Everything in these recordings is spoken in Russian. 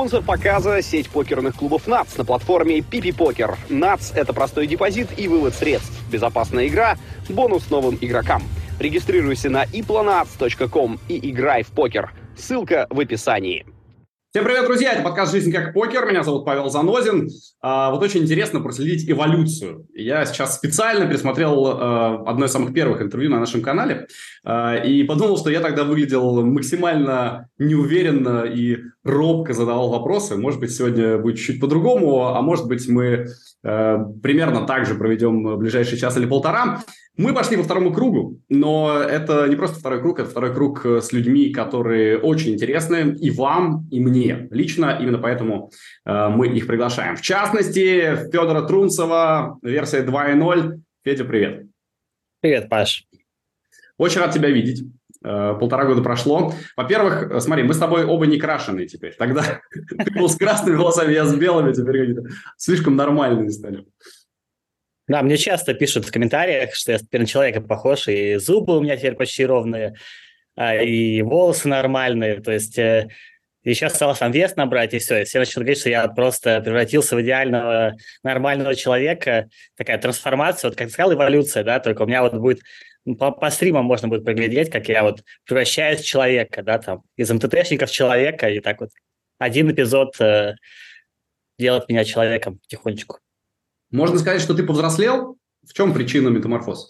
Спонсор показа – сеть покерных клубов НАЦ на платформе PP Poker. НАЦ – это простой депозит и вывод средств, безопасная игра, бонус новым игрокам. Регистрируйся на iplanats.com и играй в покер. Ссылка в описании. Всем привет, друзья! Это подкаст «Жизнь как покер». Меня зовут Павел Занозин. Вот очень интересно проследить эволюцию. Я сейчас специально пересмотрел одно из самых первых интервью на нашем канале и подумал, что я тогда выглядел максимально неуверенно и робко задавал вопросы. Может быть, сегодня будет чуть-чуть по-другому, а может быть, мы примерно так же проведем ближайший час или полтора. Мы пошли по второму кругу, но это не просто второй круг, это второй круг с людьми, которые очень интересны и вам, и мне лично. Именно поэтому мы их приглашаем. В частности, Федора Трунцева, версия 2.0. Федя, привет. Привет, Паш. Очень рад тебя видеть. 1,5 года прошло. Во-первых, смотри, мы с тобой оба не крашеные теперь. Тогда ты был с красными волосами, я с белыми, теперь какие-то слишком нормальные стали. Да, мне часто пишут в комментариях, что я теперь на человека похож, и зубы у меня теперь почти ровные, и волосы нормальные, то есть и сейчас стал сам вес набрать, и все, и все начали говорить, что я просто превратился в идеального нормального человека, такая трансформация, вот как ты сказал, эволюция, да, только у меня вот будет, по стримам можно будет поглядеть, как я вот превращаюсь в человека, да, там, из МТТшника в человека, и так вот один эпизод делает меня человеком потихонечку. Можно сказать, что ты повзрослел? В чем причина метаморфоза?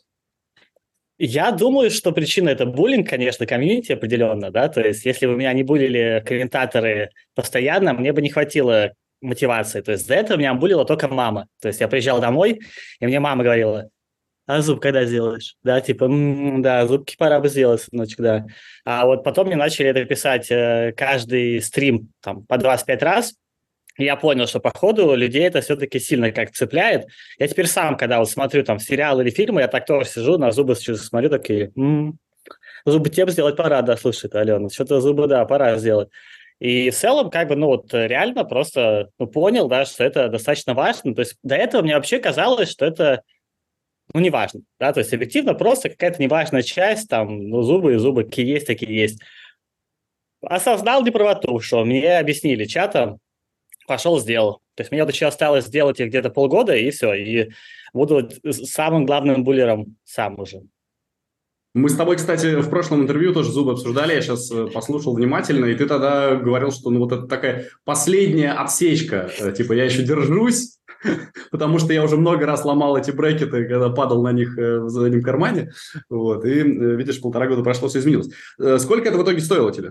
Я думаю, что причина – это буллинг, конечно, комьюнити определенно, да, то есть если бы меня не буллили комментаторы постоянно, мне бы не хватило мотивации, то есть за это меня буллила только мама, то есть я приезжал домой, и мне мама говорила: а зуб когда сделаешь? Да, типа, да, зубки пора бы сделать, сыночек, да. А вот потом мне начали это писать каждый стрим там по 25 раз. Я понял, что, походу, людей это все-таки сильно как цепляет. Я теперь сам, когда вот смотрю там сериалы или фильмы, я так тоже сижу, на зубы смотрю, такие, зубы тебе сделать пора, да, слушай, Алена, что-то зубы, да, пора сделать. И в целом, как бы, ну вот реально просто понял, да, что это достаточно важно. То есть до этого мне вообще казалось, что это, не важно, да, то есть объективно просто какая-то неважная часть, там, зубы и зубы, какие есть, такие есть. Осознал неправоту, что мне объяснили чатом, пошел, сделал. То есть мне вот еще осталось сделать их где-то полгода, и все. И буду самым главным буллером сам уже. Мы с тобой, кстати, в прошлом интервью тоже зубы обсуждали, я сейчас послушал внимательно, и ты тогда говорил, что вот это такая последняя отсечка, типа я еще держусь, потому что я уже много раз ломал эти брекеты, когда падал на них в заднем кармане, вот, и, видишь, 1,5 года прошло, все изменилось. Сколько это в итоге стоило тебе?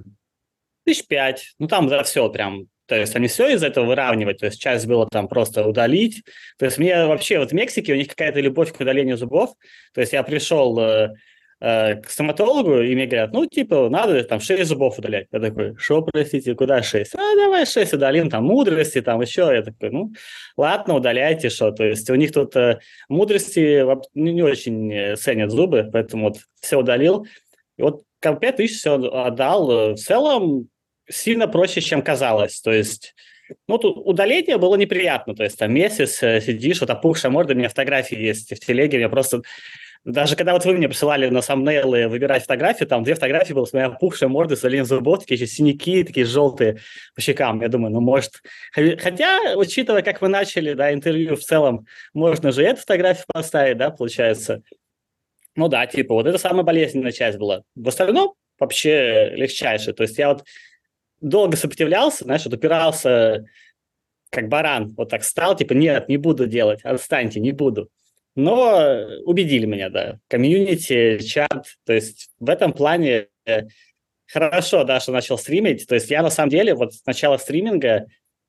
5 000. Там за все прям. То есть они все из этого выравнивать, то есть часть было там просто удалить. То есть мне вообще вот в Мексике у них какая-то любовь к удалению зубов. То есть я пришел к стоматологу, и мне говорят, надо там 6 зубов удалять. Я такой, что, простите, куда 6? Давай 6 удалим, там мудрости, там еще. Я такой, ладно, удаляйте, что. То есть у них тут мудрости не очень ценят зубы, поэтому вот все удалил. И вот 5 000 все отдал. В целом сильно проще, чем казалось. То есть, тут удаление было неприятно. То есть, там месяц сидишь, вот опухшая морда, у меня фотографии есть в телеге, я просто... Даже когда вот вы мне присылали на самнейлы выбирать фотографии, там 2 фотографии было с моей опухшей мордой, с удалением зубов, такие еще синяки, такие желтые по щекам. Я думаю, может... Хотя, учитывая, как мы начали, да, интервью, в целом, можно же эту фотографию поставить, да, получается. Вот это самая болезненная часть была. В остальном вообще легчайше. То есть я вот долго сопротивлялся, знаешь, вот упирался как баран, вот так встал, нет, не буду делать, отстаньте, не буду. Но убедили меня, да, комьюнити, чат, то есть в этом плане хорошо, да, что начал стримить, то есть я на самом деле вот с начала стриминга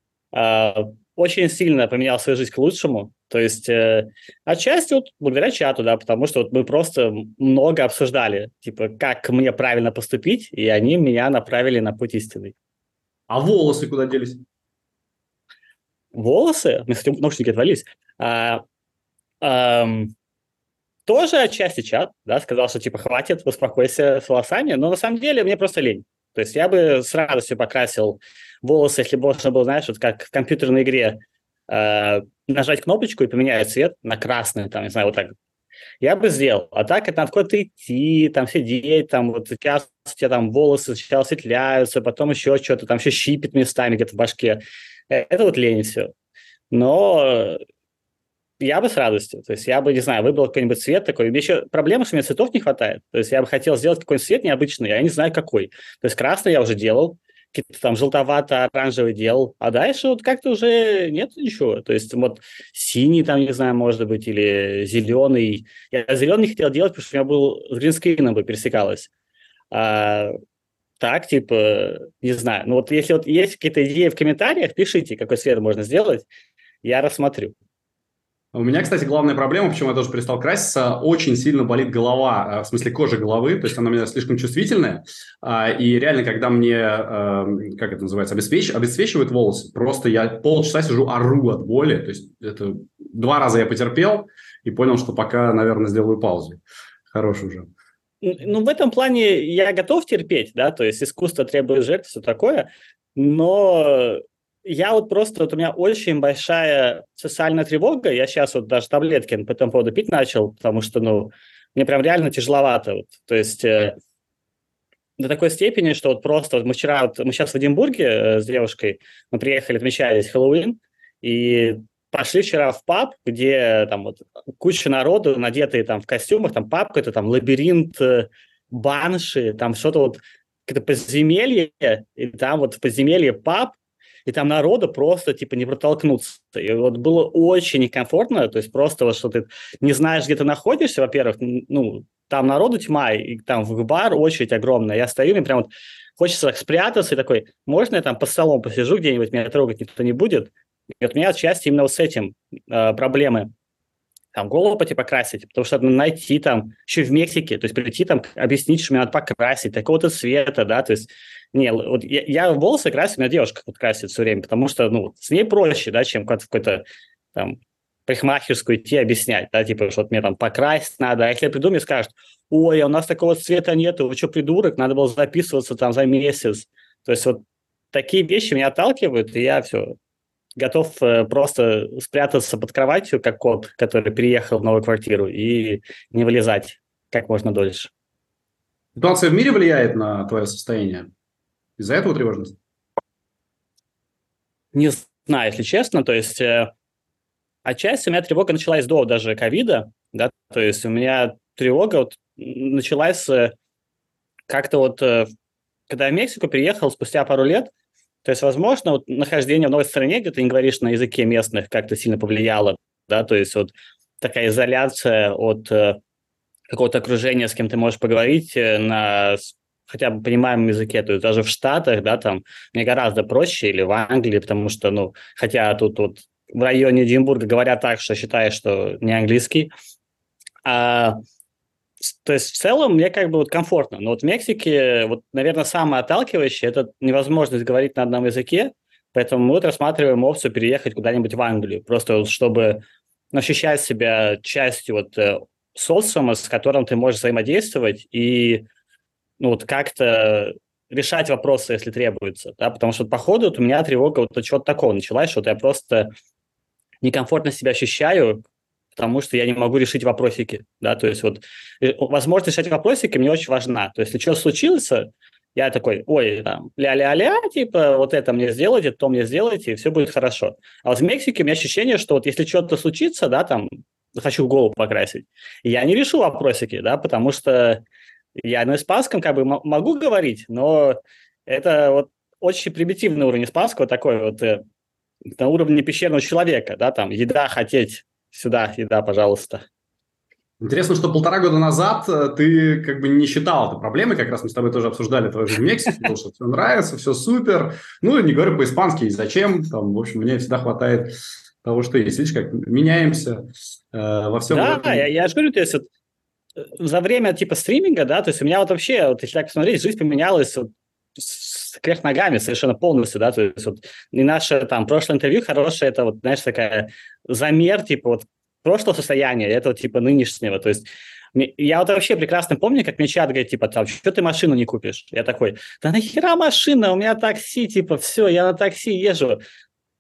очень сильно поменял свою жизнь к лучшему, то есть отчасти вот благодаря чату, да, потому что вот мы просто много обсуждали, как мне правильно поступить, и они меня направили на путь истинный. А волосы куда делись? Волосы? У меня, кстати, наушники отвалились. Тоже отчасти чат, да, сказал, что хватит, успокойся с волосами, но на самом деле мне просто лень. То есть я бы с радостью покрасил волосы, если бы можно было, знаешь, вот как в компьютерной игре нажать кнопочку и поменяет цвет на красный, там, не знаю, вот так. Я бы сделал. А так это надо куда-то идти, там сидеть, там вот сейчас у тебя там волосы сначала светляются, потом еще что-то, там еще щипит местами где-то в башке. Это вот лень все. Но я бы с радостью. То есть я бы, не знаю, выбрал какой-нибудь цвет такой. У меня еще проблема, что мне цветов не хватает. То есть я бы хотел сделать какой-нибудь цвет необычный, я не знаю какой. То есть красный я уже делал, какие-то там желтовато-оранжевый делал, а дальше вот как-то уже нет ничего. То есть вот синий там, не знаю, может быть, или зеленый. Я зеленый не хотел делать, потому что у меня был с гринскрином бы пересекалось. А, так, типа, не знаю. Ну вот если вот есть какие-то идеи в комментариях, пишите, какой цвет можно сделать, я рассмотрю. У меня, кстати, главная проблема, почему я тоже перестал краситься, очень сильно болит голова, в смысле кожа головы, то есть она у меня слишком чувствительная, и реально, когда мне, как это называется, обесцвечивают волосы, просто я полчаса сижу, ору от боли, то есть это 2 раза я потерпел и понял, что пока, наверное, сделаю паузу. Хорош уже. Ну, в этом плане я готов терпеть, да, то есть искусство требует жертв, все такое, но я вот просто, вот у меня очень большая социальная тревога, я сейчас вот даже таблетки по этому поводу пить начал, потому что, ну, мне прям реально тяжеловато, вот. То есть до такой степени, что вот просто вот мы сейчас в Эдинбурге с девушкой, мы приехали, отмечали здесь Хэллоуин, и пошли вчера в паб, где там вот куча народу, надетые там в костюмах, там паб какой-то, там лабиринт, банши, там что-то вот, какое-то подземелье, и там вот в подземелье паб, и там народу просто, типа, не протолкнуться. И вот было очень некомфортно, то есть просто вот, что ты не знаешь, где ты находишься, во-первых, ну, там народу тьма, и там в бар очередь огромная. Я стою, мне прям вот хочется так спрятаться, и такой, можно я там под столом посижу где-нибудь, меня трогать никто не будет? И вот у меня отчасти именно вот с этим проблемы. Там голову типа красить, потому что надо найти там, еще в Мексике, то есть прийти там, объяснить, что мне надо покрасить, такого-то цвета, да, то есть, не, вот я волосы красю, у меня девушка вот красит все время, потому что, ну, с ней проще, да, чем в какой-то там парикмахерскую идти объяснять, да, типа, что вот мне там покрасить надо, а если я приду, мне скажут, ой, а у нас такого цвета нету, вы что, придурок, надо было записываться там за месяц, то есть вот такие вещи меня отталкивают, и я все, готов просто спрятаться под кроватью, как кот, который переехал в новую квартиру, и не вылезать как можно дольше. Ситуация в мире влияет на твое состояние? Из-за этого тревожность? Не знаю, если честно, то есть отчасти у меня тревога началась до даже ковида, да, то есть у меня тревога вот началась как-то вот, когда я в Мексику переехал спустя пару лет, то есть, возможно, вот нахождение в новой стране, где ты не говоришь на языке местных, как-то сильно повлияло, да, то есть вот такая изоляция от какого-то окружения, с кем ты можешь поговорить на хотя бы понимаемом языке, то есть даже в Штатах, да, там мне гораздо проще, или в Англии, потому что, ну, хотя тут вот в районе Эдинбурга говорят так, что считаешь, что не английский, то есть в целом мне как бы вот комфортно, но вот в Мексике, вот, наверное, самое отталкивающее – это невозможность говорить на одном языке, поэтому мы вот рассматриваем опцию переехать куда-нибудь в Англию, просто вот чтобы ощущать себя частью вот социума, с которым ты можешь взаимодействовать и ну, вот как-то решать вопросы, если требуется, да, потому что вот, по ходу вот у меня тревога вот от чего-то такого началась, что вот я просто некомфортно себя ощущаю, потому что я не могу решить вопросики, да, то есть вот возможность решать вопросики мне очень важна, то есть если что случилось, я такой, ой, там, ля-ля-ля, типа, вот это мне сделайте, то мне сделайте, и все будет хорошо. А вот в Мексике у меня ощущение, что вот если что-то случится, да, там, хочу голову покрасить, я не решу вопросики, да, потому что я на испанском как бы могу говорить, но это вот очень примитивный уровень испанского, такой вот на уровне пещерного человека, да, там, еда хотеть, сюда, еда, пожалуйста. Интересно, что 1,5 года назад ты как бы не считал это проблемой, как раз мы с тобой тоже обсуждали твою жизнь в Мексике, потому что все нравится, все супер, ну, не говорю по-испански, и зачем, там, в общем, мне всегда хватает того, что есть. Видишь, как меняемся во всем Да, этом. я же говорю, то есть вот, за время типа стриминга, да, то есть у меня вот вообще, вот если так посмотреть, жизнь поменялась вот, кверх ногами совершенно полностью, да, то есть вот и наше там прошлое интервью хорошее, это вот, знаешь, такая замер, типа вот прошлого состояния, этого типа нынешнего, то есть я вот вообще прекрасно помню, как мне чат говорит, типа, там, что ты машину не купишь? Я такой, да нахера машина, у меня такси, типа, все, я на такси езжу.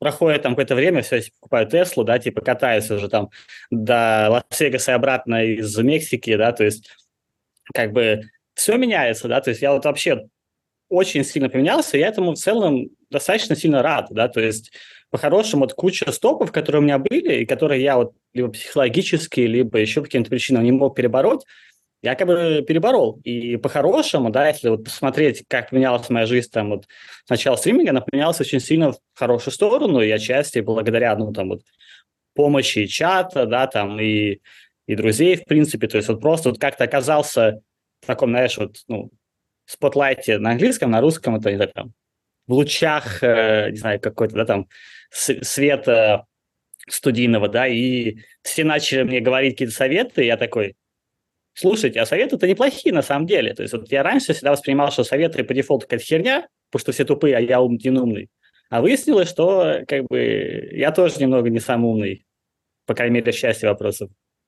проходит там какое-то время, все, покупаю Теслу, да, типа катаюсь уже там до Лас-Вегаса и обратно из Мексики, да, то есть как бы все меняется, да, то есть я вот вообще очень сильно поменялся, и я этому в целом достаточно сильно рад, да, то есть по-хорошему вот куча стопов, которые у меня были, и которые я вот либо психологически, либо еще по каким-то причинам не мог перебороть, я как бы переборол. И по-хорошему, да, если вот посмотреть, как поменялась моя жизнь там вот с начала стриминга, она поменялась очень сильно в хорошую сторону, и отчасти благодаря, ну, там вот помощи чата, да, там, и друзей, в принципе, то есть вот просто вот как-то оказался в таком, знаешь, вот, ну, спотлайте на английском, на русском, это, не знаю, там, в лучах, не знаю, какой-то, да, там, света студийного, да, и все начали мне говорить какие-то советы, и я такой, слушайте, а советы-то неплохие на самом деле. То есть вот я раньше всегда воспринимал, что советы по дефолту какая-то херня, потому что все тупые, а я один умный. А выяснилось, что как бы я тоже немного не самый умный, по крайней мере, в части вопросов.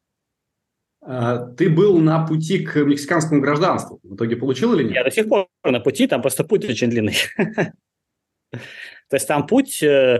Ты был на пути к мексиканскому гражданству. В итоге получил или Я нет? до сих пор на пути, там просто путь очень длинный. То есть там путь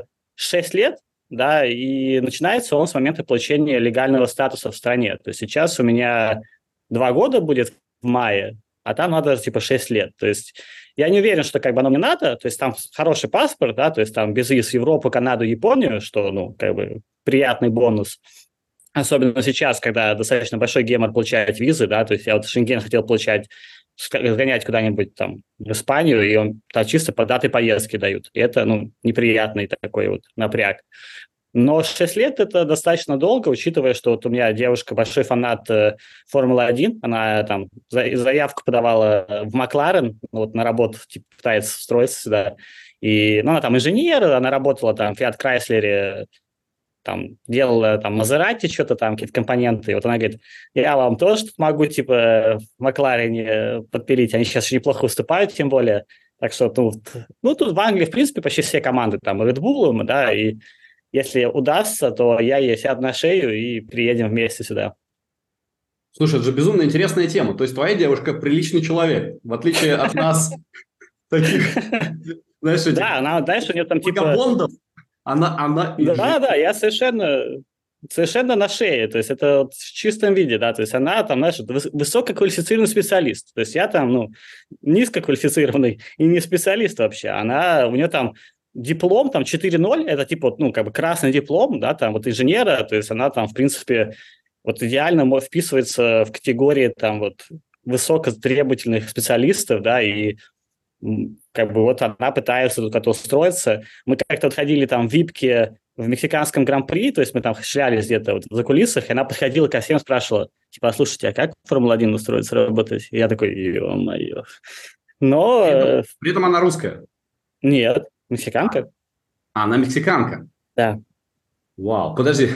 6 лет, да, и начинается он с момента получения легального статуса в стране. То есть сейчас у меня 2 года будет в мае, а там надо типа 6 лет. То есть я не уверен, что как бы оно мне надо, то есть там хороший паспорт, да, то есть там без виз в Европу, Канаду, Японию, что, ну, как бы приятный бонус. Особенно сейчас, когда достаточно большой гемор получать визы, да, то есть я вот Шенген хотел получать, сгонять куда-нибудь там в Испанию, и он там чисто по даты поездки дают. И это, ну, неприятный такой вот напряг. Но 6 лет – это достаточно долго, учитывая, что вот у меня девушка большой фанат Формулы-1, она там заявку подавала в Макларен, вот на работу, типа, пытается встроиться сюда. И, ну, она там инженер, она работала там в Fiat Chrysler, там, делала там Мазерати, что-то там, какие-то компоненты. И вот она говорит, я вам тоже могу, типа, в Макларене подпилить. Они сейчас очень неплохо выступают, тем более. Так что, ну, тут в Англии, в принципе, почти все команды, там, Red Bull, да, и если удастся, то я ей сяду на шею и приедем вместе сюда. Слушай, это же безумно интересная тема. То есть твоя девушка приличный человек, в отличие от нас, таких, знаешь, этих Да, она, знаешь, у нее там типа... вагабондов. Она Да, я совершенно на шее, то есть это вот в чистом виде, да, то есть она там, знаешь, высококвалифицированный специалист, то есть я там, ну, низкоквалифицированный и не специалист вообще, у нее там диплом там 4.0, это типа, ну, как бы красный диплом, да, там вот инженера, то есть она там, в принципе, вот идеально вписывается в категории там вот высокотребовательных специалистов, да, и как бы вот она пытается тут как-то устроиться. Мы как-то вот ходили там в випке в мексиканском гран-при, то есть мы там шлялись где-то вот за кулисах, и она подходила ко всем, спрашивала, типа, слушайте, а как в Формулу-1 устроиться работать? И я такой, ё-моё. Но... При этом она русская? Нет, мексиканка. Она мексиканка? Да. Вау, подожди,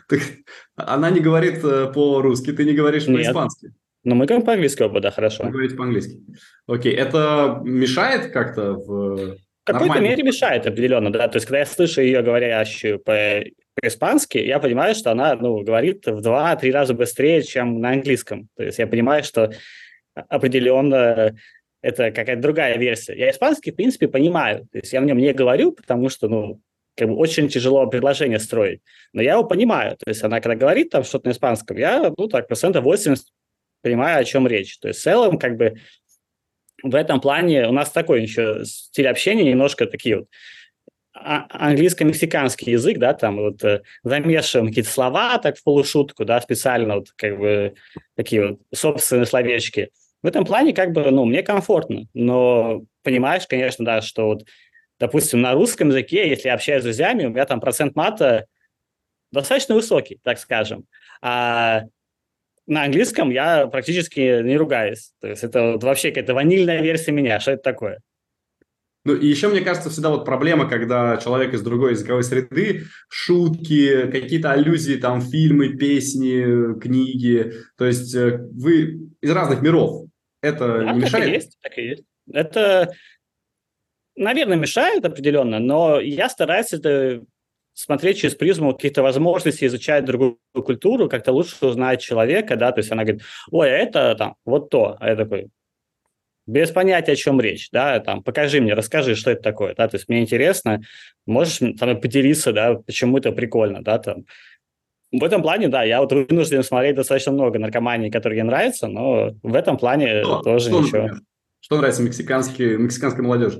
она не говорит по-русски, ты не говоришь по-испански? Но мы говорим по-английски оба, да, хорошо. Вы говорите по-английски. Окей, это мешает как-то в... В какой-то мере мешает определенно, да. То есть, когда я слышу ее говорящую по-испански, я понимаю, что она, ну, говорит в 2-3 раза быстрее, чем на английском. То есть я понимаю, что определенно это какая-то другая версия. Я испанский, в принципе, понимаю. То есть я в нем не говорю, потому что, ну, как бы очень тяжело предложение строить. Но я его понимаю. То есть она, когда говорит там что-то на испанском, я, ну, так, 80% понимаю, о чем речь. То есть в целом, как бы, в этом плане у нас такой еще стиль общения, немножко такие вот английско-мексиканский язык, да, там вот замешиваем какие-то слова так в полушутку, да, специально вот как бы такие вот собственные словечки. В этом плане как бы, ну, мне комфортно, но понимаешь, конечно, да, что вот, допустим, на русском языке, если я общаюсь с друзьями, у меня там процент мата достаточно высокий, так скажем, а на английском я практически не ругаюсь. То есть это вот вообще какая-то ванильная версия меня. Что это такое? Ну, и еще, мне кажется, всегда вот проблема, когда человек из другой языковой среды, шутки, какие-то аллюзии, там, фильмы, песни, книги. То есть вы из разных миров. Это Да, не мешает? Так и есть, так и есть. Это, наверное, мешает определенно, но я стараюсь это смотреть через призму каких-то возможностей изучать другую культуру, как-то лучше узнать человека, да, то есть она говорит, ой, а это там, вот то, а я такой, без понятия, о чем речь, да, там, покажи мне, расскажи, что это такое, да, то есть мне интересно, можешь со мной поделиться, да, почему это прикольно, да, там. В этом плане, да, я вот вынужден смотреть достаточно много наркомании, которые мне нравятся, но в этом плане тоже ничего. Например? Что нравится мексиканской молодежи?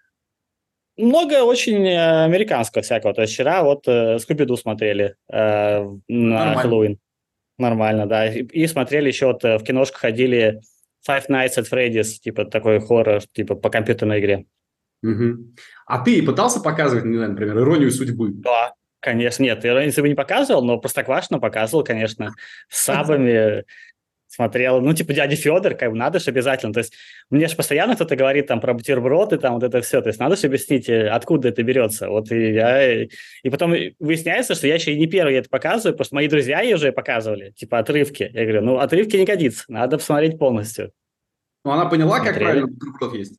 Много очень американского всякого. То есть вчера вот Скуби-Ду смотрели на Нормально. Хэллоуин. Нормально, да. И смотрели еще вот в киношку ходили Five Nights at Freddy's, типа такой хоррор, типа по компьютерной игре. Угу. А ты пытался показывать, не знаю, например, «Иронию судьбы»? Да, конечно, нет, я если бы не показывал, но Простоквашино показывал, конечно, с сабами смотрел. Ну, типа дядя Федор, как бы надо же обязательно. То есть мне же постоянно кто-то говорит там про бутерброды, там вот это все. То есть надо же объяснить, откуда это берется. Вот и потом выясняется, что я еще и не первый это показываю, потому что мои друзья ее уже показывали, типа отрывки. Я говорю, ну, отрывки не годится, надо посмотреть полностью. Ну, она поняла, как Смотрели. правильно бутерброд есть?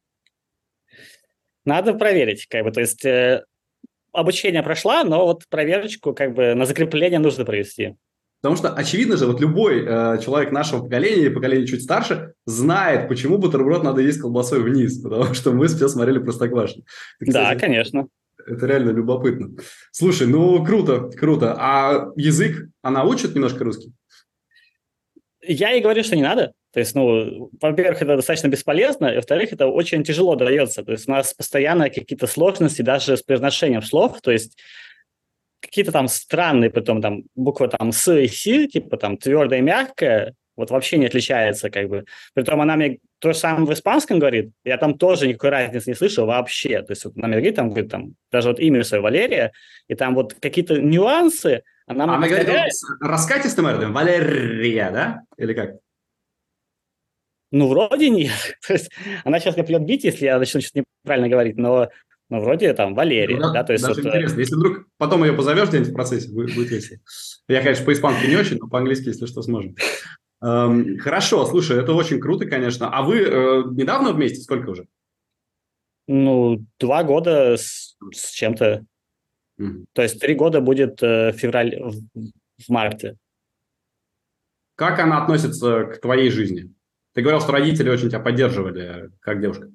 Надо проверить, как бы, то есть обучение прошла, но вот проверочку как бы на закрепление нужно провести. Потому что, очевидно же, вот любой человек нашего поколения или поколения чуть старше знает, почему бутерброд надо есть колбасой вниз, потому что мы все смотрели «Простоквашино». Да, конечно. Это реально любопытно. Слушай, ну круто, круто. А язык, она учит немножко русский? Я ей говорю, что не надо. То есть, ну, во-первых, это достаточно бесполезно, и во-вторых, это очень тяжело дается. То есть у нас постоянно какие-то сложности даже с произношением слов, то есть какие-то там странные, потом там буквы там «с» и «си», типа там твердое и мягкое, вот вообще не отличается как бы. Притом она мне то же самое в испанском говорит, я там тоже никакой разницы не слышу вообще. То есть вот она мне говорит, там, говорит, там, даже вот имя свое Валерия, и там вот какие-то нюансы, она мне Она говорит повторяет. с раскатистым РД, Валерия, да? Или как? Ну, вроде нет. То есть она сейчас мне придет бить, если я начну что-то неправильно говорить, но вроде там Ну, Валерия, да, то есть даже вот... интересно. Если вдруг потом ее позовешь где-нибудь в процессе, будет весело. Я, конечно, по-испански не очень, но по-английски, если что, сможем. Хорошо, слушай, это очень круто, конечно. А вы недавно вместе? Сколько уже? Ну, 2 года с чем-то. То есть 3 года будет февраль, в марте. Как она относится к твоей жизни? Ты говорил, что родители очень тебя поддерживали, как девушка.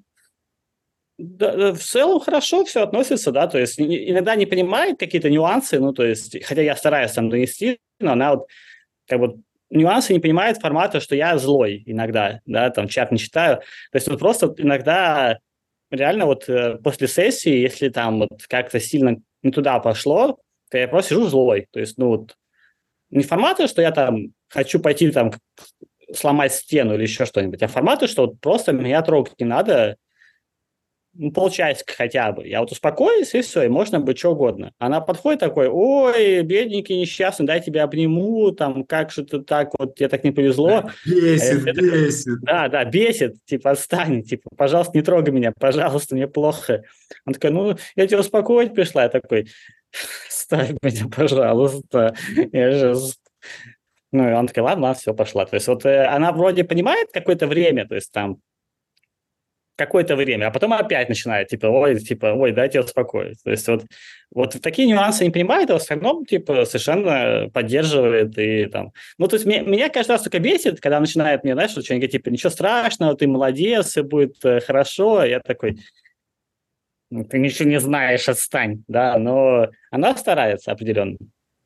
Да, в целом хорошо все относится, да, то есть иногда не понимает какие-то нюансы, ну, то есть, хотя я стараюсь там донести, но она вот как бы нюансы не понимает формата, что я злой иногда, да, там чат не читаю. То есть вот просто иногда реально вот после сессии, если там вот как-то сильно не туда пошло, то я просто сижу злой. То есть, ну вот, не формата, что я там хочу пойти там сломать стену или еще что-нибудь, а формата, что вот просто меня трогать не надо, ну, полчасика хотя бы. Я вот успокоюсь, и все, и можно быть что угодно. Она подходит такой, ой, бедненький, несчастный, дай тебя обниму, там, как же ты так, вот тебе так не повезло. Бесит, Такой, бесит. да, бесит, типа, отстань, типа, пожалуйста, не трогай меня, пожалуйста, мне плохо. Он такой, ну, я тебя успокоить пришла. Я такой, ставь меня, пожалуйста. Я же... Ну, и он такой, ладно, все, пошла. То есть вот она вроде понимает какое-то время, то есть там, какое-то время, а потом опять начинает, типа, ой, дайте успокоить. То есть вот такие нюансы не понимает, а в остальном, типа, совершенно поддерживает и там... Ну, то есть меня каждый раз только бесит, когда начинает мне, знаешь, что-нибудь говорить, типа, ничего страшного, ты молодец, все будет хорошо. Я такой, ну, ты ничего не знаешь, отстань, да, но она старается определенно.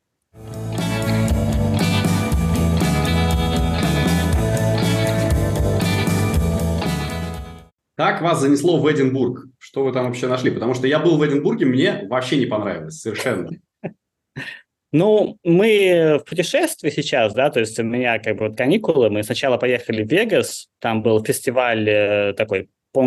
Как вас занесло в Эдинбург? Что вы там вообще нашли? Потому что я был в Эдинбурге, мне вообще не понравилось совершенно. Ну, мы в путешествии сейчас, да, то есть у меня как бы вот каникулы, мы сначала поехали в Вегас, там был фестиваль такой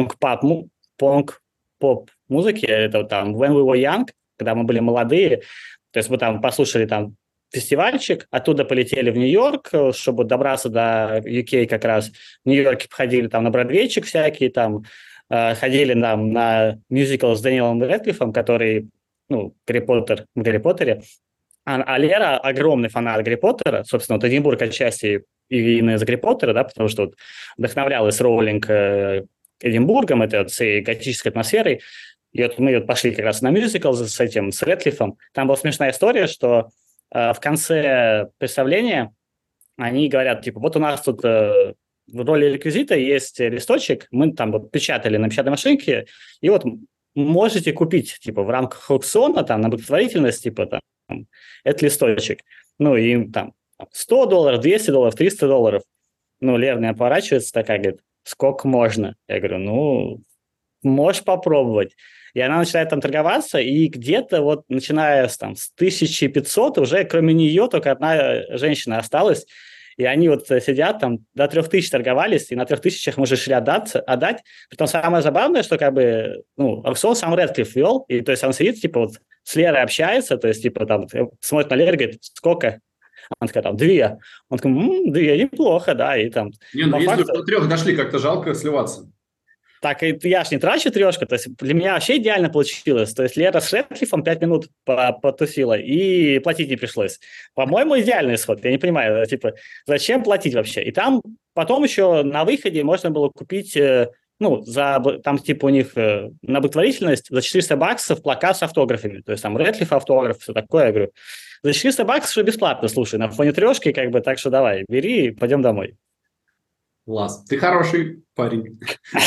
понк-поп музыки, это вот там When We Were Young, когда мы были молодые, то есть мы там послушали там фестивальчик, оттуда полетели в Нью-Йорк, чтобы добраться до UK как раз. В Нью-Йорке походили там на бродвейчик всякий, там ходили там на мюзикл с Дэниелом Рэдклиффом, который, ну, в Гарри Поттере. А Лера огромный фанат Гарри Поттера, собственно, вот Эдинбург отчасти именно из Гарри Поттера, да, потому что вот вдохновлялась Роулинг Эдинбургом, это вот всей готической атмосферой. И вот мы вот пошли как раз на мюзикл с Рэдклиффом. Там была смешная история, что в конце представления они говорят, типа, вот у нас тут в роли реквизита есть листочек, мы там вот печатали на печатной машинке, и вот можете купить, типа, в рамках аукциона, там, на благотворительность, типа, там, этот листочек. Ну, и там $100, $200, $300. Ну, Лера меня поворачивается такая, говорит, сколько можно? Я говорю, ну, можешь попробовать. И она начинает там торговаться, и где-то вот начиная с 1500 уже кроме нее только одна женщина осталась, и они вот сидят там, до 3000 торговались, и на 3000 мы же решили отдать. Притом самое забавное, что как бы, ну, аукцион сам Рэдклифф вел, и то есть он сидит, типа, вот с Лерой общается, то есть, типа, там, смотрит на Леру и говорит, сколько? Она такая, там, 2. Он такой, 2, неплохо, да, и там... Не, ну если до 3 дошли, как-то жалко сливаться. Так, и я ж не трачу 3, то есть для меня вообще идеально получилось. То есть Лера с Рэдклиффом 5 минут потусила, и платить не пришлось. По-моему, идеальный исход. Я не понимаю, типа, зачем платить вообще? И там потом еще на выходе можно было купить, ну, там типа у них на благотворительность за $400 плакат с автографами. То есть там Рэдклифф автограф, все такое. Я говорю, за $400 что бесплатно, слушай, на фоне 3, как бы, так что давай, бери и пойдем домой. Класс. Ты хороший парень.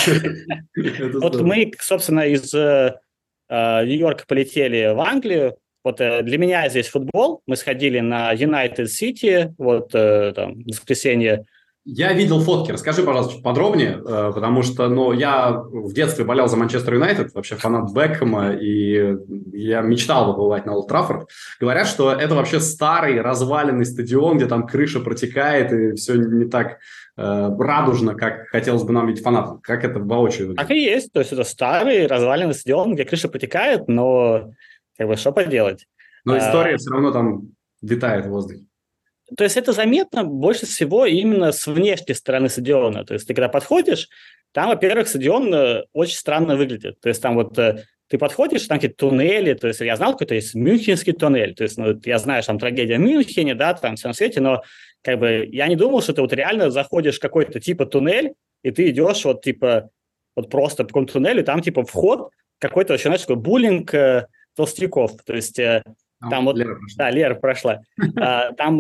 Вот мы, собственно, из Нью-Йорка полетели в Англию. Вот для меня здесь футбол. Мы сходили на United City, вот там, в воскресенье. Я видел фотки. Расскажи, пожалуйста, подробнее, потому что, ну, я в детстве болел за Манчестер Юнайтед, вообще фанат Бекхэма, и я мечтал побывать на Олд Траффорд. Говорят, что это вообще старый разваленный стадион, где там крыша протекает, и все не так радужно, как хотелось бы нам видеть фанатам. Как это воочию? Так и есть. То есть это старый разваленный стадион, где крыша протекает, но как бы что поделать. Но история все равно там витает в воздухе. То есть это заметно больше всего именно с внешней стороны стадиона. То есть ты когда подходишь, там, во-первых, стадион очень странно выглядит. То есть там вот ты подходишь, там какие-то туннели, то есть я знал, какой-то есть Мюнхенский туннель, то есть ну, я знаю, что там трагедия в Мюнхене, да, там все на свете, но как бы я не думал, что ты вот реально заходишь в какой-то типа туннель, и ты идешь вот типа вот просто по какому-то туннелю, там типа вход какой-то, еще, знаешь, такой буллинг толстяков, то есть там вот, Лера прошла. да, Лера прошла, там,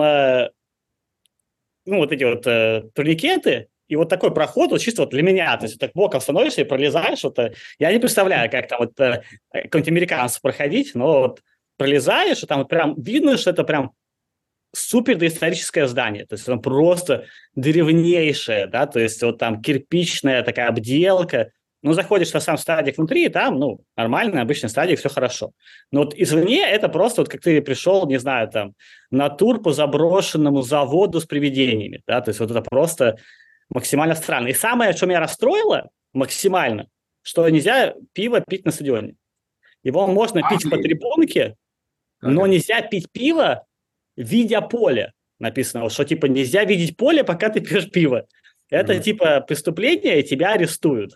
ну, вот эти вот турникеты, и вот такой проход, вот чисто вот для меня, то есть так боком становишься и пролезаешь, вот, я не представляю, как там вот какой-нибудь американцев проходить, но вот пролезаешь, и там вот прям видно, что это прям супер доисторическое здание, то есть оно просто древнейшее, да, то есть вот там кирпичная такая обделка, ну, заходишь на сам стадик внутри, и там, ну, нормальный, обычный стадик, все хорошо. Но вот извне это просто вот как ты пришел, не знаю, там, на тур по заброшенному заводу с привидениями, да, то есть вот это просто максимально странно. И самое, что меня расстроило максимально, что нельзя пиво пить на стадионе. Его можно пить по трибунке, но нельзя пить пиво, видя поле. Написано, что типа нельзя видеть поле, пока ты пьешь пиво. Это типа преступление, и тебя арестуют.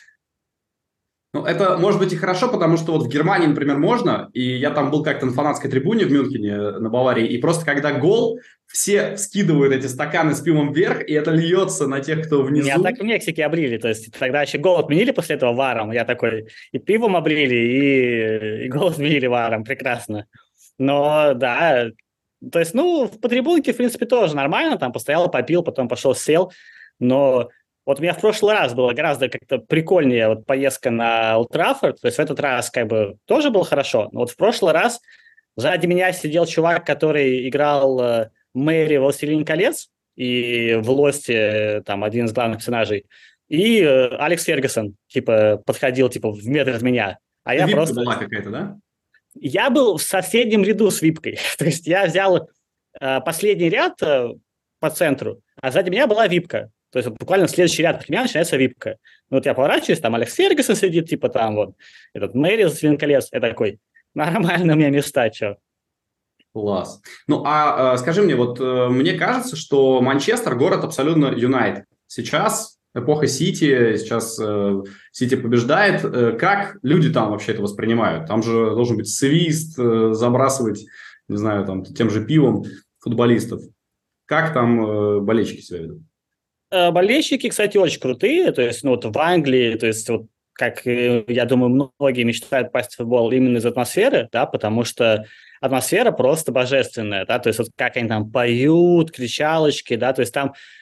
Ну, это может быть и хорошо, потому что вот в Германии, например, можно, и я там был как-то на фанатской трибуне в Мюнхене, на Баварии, и просто когда гол, все скидывают эти стаканы с пивом вверх, и это льется на тех, кто внизу. Меня так в Мексике обрили, то есть тогда еще гол отменили после этого варом, я такой, и пивом обрили, и гол отменили варом, прекрасно. Но, да, то есть, ну, по трибунке, в принципе, тоже нормально, там постоял, попил, потом пошел, сел, но... Вот у меня в прошлый раз было гораздо как-то прикольнее вот поездка на Олд Траффорд, то есть в этот раз как бы тоже было хорошо, но вот в прошлый раз сзади меня сидел чувак, который играл Мэри в «Властелине колец» и в «Лосте», там, один из главных персонажей, и Алекс Фергюсон, типа, подходил, типа, в метр от меня, а я випка просто... была какая-то, да? Я был в соседнем ряду с випкой, то есть я взял последний ряд по центру, а сзади меня была випка. То есть вот буквально следующий ряд от меня начинается випка. Ну, вот я поворачиваюсь, там Алекс Фергюсон сидит, типа там вот, этот Мэри за «Властелин колец», я такой, нормально у меня места, что. Класс. Ну, а скажи мне, вот мне кажется, что Манчестер город абсолютно Юнайтед. Сейчас эпоха Сити, сейчас Сити побеждает. Как люди там вообще это воспринимают? Там же должен быть свист, забрасывать, не знаю, там, тем же пивом футболистов. Как там болельщики себя ведут? Болельщики, кстати, очень крутые, то есть, ну, вот в Англии, то есть, вот, как, я думаю, многие мечтают попасть в футбол именно из атмосферы, да, потому что атмосфера просто божественная, да, то есть, вот как они там поют, кричалочки, да, то есть, там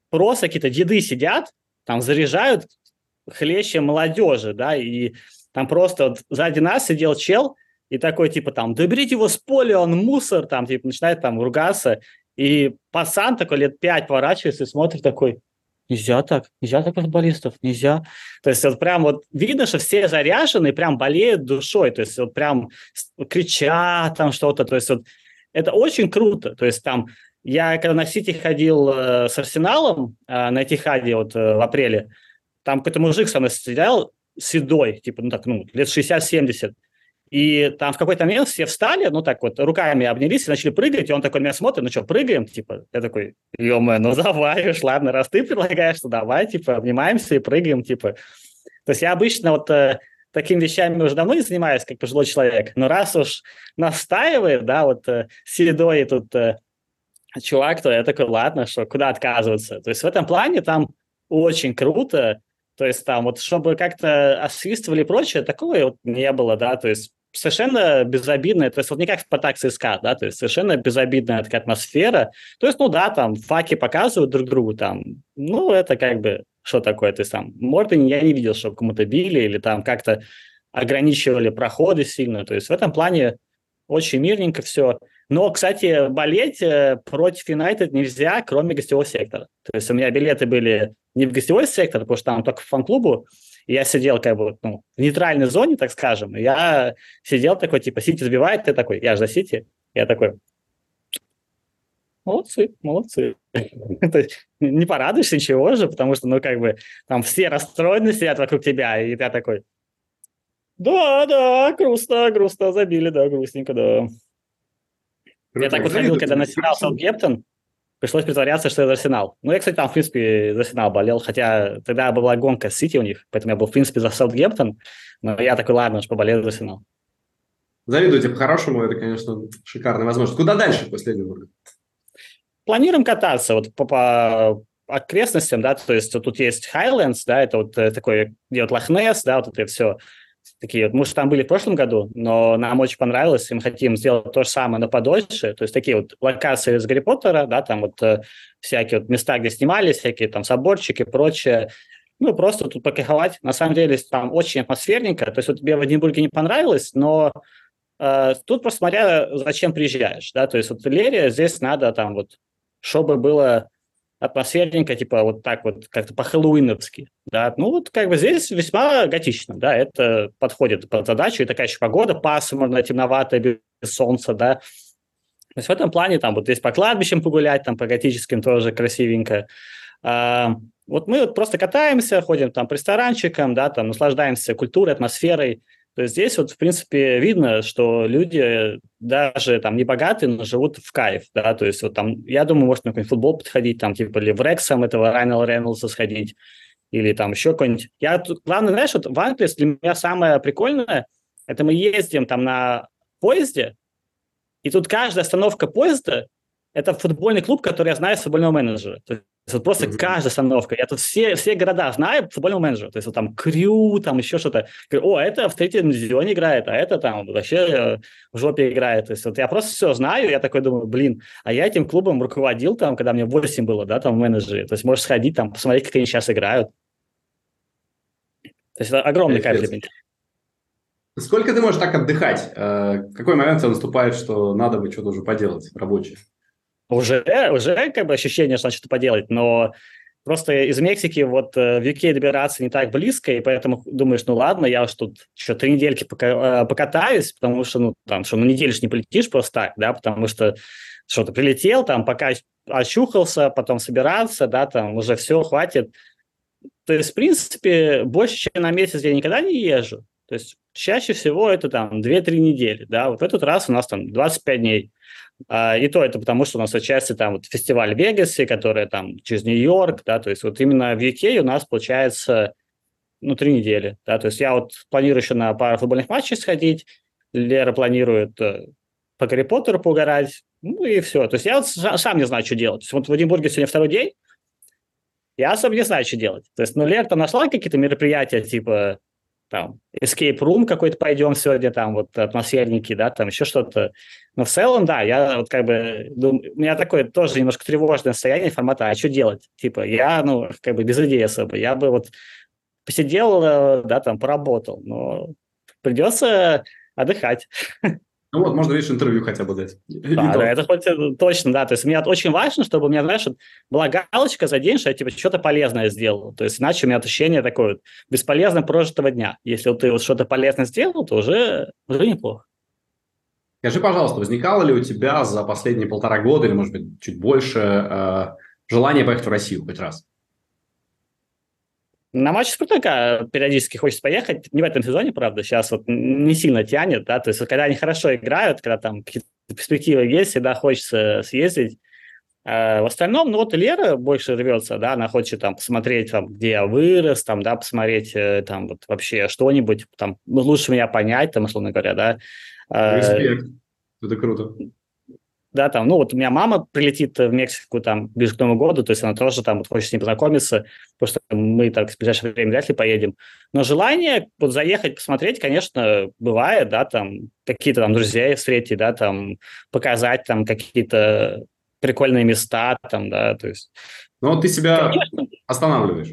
просто какие-то деды сидят, там заряжают хлеще молодежи, да, и там просто вот сзади нас сидел чел, и такой, типа, там, да берите его с поля, он мусор, там, типа, начинает там ругаться, и пацан такой лет 5 поворачивается и смотрит такой, нельзя так футболистов, нельзя. То есть вот прям вот видно, что все заряжены, прям болеют душой, то есть вот прям кричат там что-то, то есть вот это очень круто, то есть там я когда на Сити ходил с Арсеналом на Этихаде вот в апреле, там какой-то мужик со мной сидел, седой, типа, ну так, ну, лет 60-70, и там в какой-то момент все встали, ну так вот, руками обнялись и начали прыгать, и он такой на меня смотрит, ну что, прыгаем, типа, я такой, ё-моё, ну давай уж, ладно, раз ты предлагаешь, то давай, типа, обнимаемся и прыгаем, типа. То есть я обычно вот такими вещами уже давно не занимаюсь, как пожилой человек, но раз уж настаивает, да, вот седой тут чувак, то я такой, ладно, что, куда отказываться. То есть в этом плане там очень круто, то есть там вот, чтобы как-то освистывали и прочее, такого вот не было, да, то есть совершенно безобидная, то есть вот не как в Спартак ЦСКА, да, то есть совершенно безобидная такая атмосфера, то есть, ну да, там факи показывают друг другу, там, ну это как бы, что такое, то есть там морды я не видел, чтобы кому-то били или там как-то ограничивали проходы сильно, то есть в этом плане очень мирненько все. Но, кстати, болеть против Юнайтед нельзя, кроме гостевого сектора. То есть у меня билеты были не в гостевой сектор, потому что там только в фан-клубу, и я сидел как бы ну, в нейтральной зоне, так скажем. И я сидел такой, типа, Сити сбивает, ты такой, я же за Сити. Я такой, молодцы, молодцы. Не порадуешься ничего же, потому что, ну, как бы, там все расстроены сидят вокруг тебя, и я такой, да, грустно, грустно, забили, да, грустненько, да. Я так вот ходил, когда начинал Саутгемптон, пришлось притворяться, что это Арсенал. Ну, я, кстати, там, в принципе, за Арсенал болел, хотя тогда была гонка с Сити у них, поэтому я был, в принципе, за Саутгемптон, но я такой, ладно, уж поболел за Арсенал. Завидую тебе по-хорошему, это, конечно, шикарная возможность. Куда дальше после Эдинбурга? Планируем кататься вот по окрестностям, да, то есть вот тут есть Highlands, да, это вот такой, где вот Лохнесс, да, вот это все такие вот, мы же там были в прошлом году, но нам очень понравилось, и мы хотим сделать то же самое, но подольше, то есть такие вот локации из Гарри Поттера, да, там вот всякие вот места, где снимались, всякие там соборчики и прочее, ну, просто тут покайфовать, на самом деле там очень атмосферненько, то есть вот тебе в Эдинбурге не понравилось, но тут просто смотря, зачем приезжаешь, да, то есть вот Лерия здесь надо там вот, чтобы было атмосферненько, типа вот так вот как-то по-хэллоуиновски, да, ну вот как бы здесь весьма готично, да, это подходит под задачу, и такая еще погода пасмурная, темноватая, без солнца, да, то есть в этом плане там вот здесь по кладбищам погулять, там по готическим тоже красивенько, вот мы вот просто катаемся, ходим там по ресторанчикам, да, там наслаждаемся культурой, атмосферой. То есть здесь вот, в принципе, видно, что люди даже там не богатые, но живут в кайф, да, то есть вот там, я думаю, может на какой-нибудь футбол подходить, там, типа, или в Рексом этого Райана Рейнольдса сходить, или там еще какой-нибудь. Главное, знаешь, вот в Англии для меня самое прикольное, это мы ездим там на поезде, и тут каждая остановка поезда – это футбольный клуб, который я знаю футбольного менеджера. То есть вот просто каждая остановка. Я тут все города знаю футбольного менеджера. То есть вот там Крю, там еще что-то. О, это в третьем дивизионе играет, а это там вообще в жопе играет. То есть вот я просто все знаю, я такой думаю, блин, а я этим клубом руководил там, когда мне 8 было, да, там в менеджере. То есть можешь сходить там, посмотреть, как они сейчас играют. То есть это огромный кайф для меня. Сколько ты можешь так отдыхать? Какой момент у тебя наступает, что надо бы что-то уже поделать рабочее? Уже как бы ощущение, что надо что-то поделать, но просто из Мексики вот в UK добираться не так близко, и поэтому думаешь, ну ладно, я уж тут еще 3 недельки покатаюсь, потому что, ну, там, что, ну, неделю ж не полетишь просто так, да, потому что что-то прилетел, там, пока очухался, потом собираться, да, там, уже все, хватит. То есть, в принципе, больше, чем на месяц я никогда не езжу. То есть, чаще всего это там 2-3 недели, да, вот в этот раз у нас там 25 дней. И то это потому, что у нас отчасти там вот фестиваль в Вегасе, который там через Нью-Йорк, да, то есть вот именно в UK у нас получается, ну, 3 недели, да, то есть я вот планирую еще на пару футбольных матчей сходить, Лера планирует по Гарри Поттеру поугарать, ну и все, то есть я вот сам не знаю, что делать, то есть вот в Эдинбурге сегодня второй день, я особо не знаю, что делать, то есть, ну, Лера там нашла какие-то мероприятия, типа там escape room какой-то пойдем сегодня, там вот атмосферники, да, там еще что-то. Но в целом, да, я вот как бы думаю, у меня такое тоже немножко тревожное состояние формата, а что делать? Типа я, ну, как бы без идеи особо. Я бы вот посидел, да, там, поработал, но придется отдыхать. Ну вот, можно, видишь, интервью хотя бы дать. Да, да, это хоть точно, да. То есть мне очень важно, чтобы у меня, знаешь, вот была галочка за день, что я типа что-то полезное сделал. То есть иначе у меня ощущение такое вот бесполезно прожитого дня. Если вот ты вот что-то полезное сделал, то уже неплохо. Скажи, пожалуйста, возникало ли у тебя за последние 1,5 года, или, может быть, чуть больше, желание поехать в Россию хоть раз? На матч Спартака периодически хочется поехать. Не в этом сезоне, правда, сейчас вот не сильно тянет, да, то есть когда они хорошо играют, когда там какие-то перспективы есть, всегда хочется съездить. А в остальном, ну вот Лера больше рвется, да, она хочет там посмотреть, там, где я вырос, там, да, посмотреть там вот вообще что-нибудь, там, ну, лучше меня понять, там, условно говоря, да. Респект. Это круто. Да, там, ну, вот у меня мама прилетит в Мексику там ближе к Новому году, то есть она тоже там вот хочет с ней познакомиться, потому что мы так в ближайшее время вряд ли поедем. Но желание вот заехать, посмотреть, конечно, бывает, да, там, какие-то там друзей встретить, да, там, показать там какие-то прикольные места, там, да, то есть... Но вот ты себя Конечно. останавливаешь.